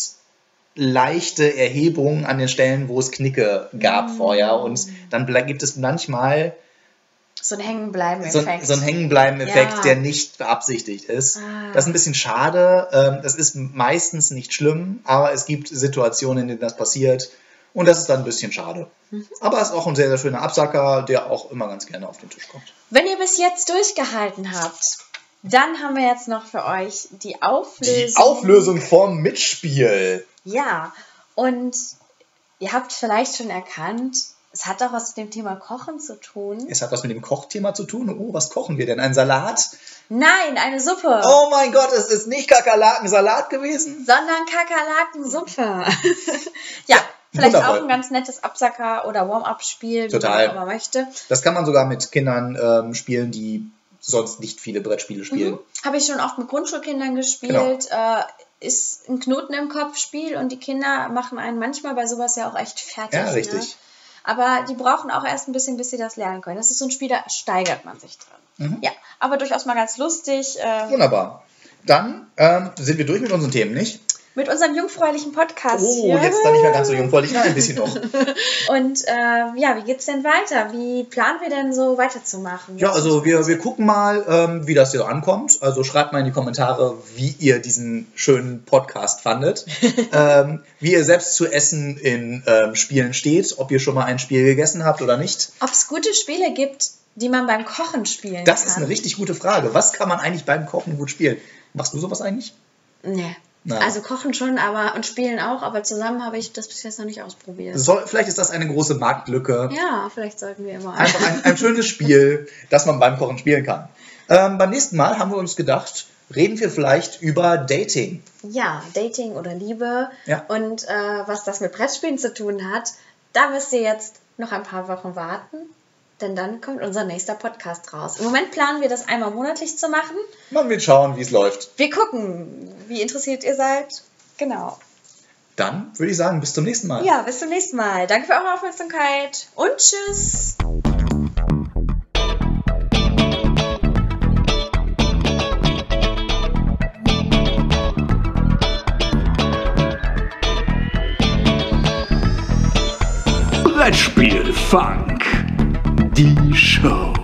leichte Erhebungen an den Stellen, wo es Knicke gab vorher und dann ble- gibt es manchmal So ein so, Hängenbleiben-Effekt. so ein Hängenbleiben-Effekt, Ja. der nicht beabsichtigt ist. Ah. Das ist ein bisschen schade. Ähm, das ist meistens nicht schlimm, aber es gibt Situationen, in denen das passiert. Und das ist dann ein bisschen schade. Mhm. Aber es ist auch ein sehr, sehr schöner Absacker, der auch immer ganz gerne auf den Tisch kommt. Wenn ihr bis jetzt durchgehalten habt, dann haben wir jetzt noch für euch die Auflösung. Die Auflösung vom Mitspiel. Ja, und ihr habt vielleicht schon erkannt, es hat auch was mit dem Thema Kochen zu tun. Es hat was mit dem Kochthema zu tun. Oh, was kochen wir denn? Ein Salat? Nein, eine Suppe, Oh mein Gott, es ist nicht Kakerlaken-Salat gewesen? sondern Kakerlakensuppe. Ja, vielleicht wundervoll. auch ein ganz nettes Absacker- oder Warm-up-Spiel, wie Total. man auch immer möchte. Das kann man sogar mit Kindern ähm, spielen, die sonst nicht viele Brettspiele spielen. Habe ich schon oft mit Grundschulkindern gespielt. Äh, ist ein Knoten im Kopf Spiel und die Kinder machen einen manchmal bei sowas ja auch echt fertig. Ja, richtig. Ne? Aber die brauchen auch erst ein bisschen, bis sie das lernen können. Das ist so ein Spiel, da steigert man sich drin. Mhm. Ja, aber durchaus mal ganz lustig. Äh, Wunderbar. Dann ähm, sind wir durch mit unseren Themen, nicht? mit unserem jungfräulichen Podcast Oh, hier. jetzt dann nicht mehr ganz so jungfräulich. Nein, ein bisschen noch. Und äh, ja, wie geht's denn weiter? Wie planen wir denn so weiterzumachen? Ja, also wir, wir gucken mal, ähm, wie das hier so ankommt. Also schreibt mal in die Kommentare, wie ihr diesen schönen Podcast fandet. ähm, wie ihr selbst zu Essen in ähm, Spielen steht. Ob ihr schon mal ein Spiel gegessen habt oder nicht. Ob es gute Spiele gibt, die man beim Kochen spielen Das kann? ist eine richtig gute Frage. Was kann man eigentlich beim Kochen gut spielen? Machst du sowas eigentlich? Nee. Nein. Also kochen schon, aber und spielen auch, aber zusammen habe ich das bis jetzt noch nicht ausprobiert. Soll, vielleicht ist das eine große Marktlücke. Ja, vielleicht sollten wir immer. Einfach ein, ein schönes Spiel, das man beim Kochen spielen kann. Ähm, beim nächsten Mal haben wir uns gedacht, reden wir vielleicht über Dating. Ja, Dating oder Liebe. Ja. Und äh, was das mit Brettspielen zu tun hat, da müsst ihr jetzt noch ein paar Wochen warten, denn dann kommt unser nächster Podcast raus. Im Moment planen wir das einmal monatlich zu machen. Man wird schauen, wie es läuft. Wir gucken, wie interessiert ihr seid. Genau. Dann würde ich sagen, bis zum nächsten Mal. Ja, bis zum nächsten Mal. Danke für eure Aufmerksamkeit und tschüss. Brettspielfunk. Die Show.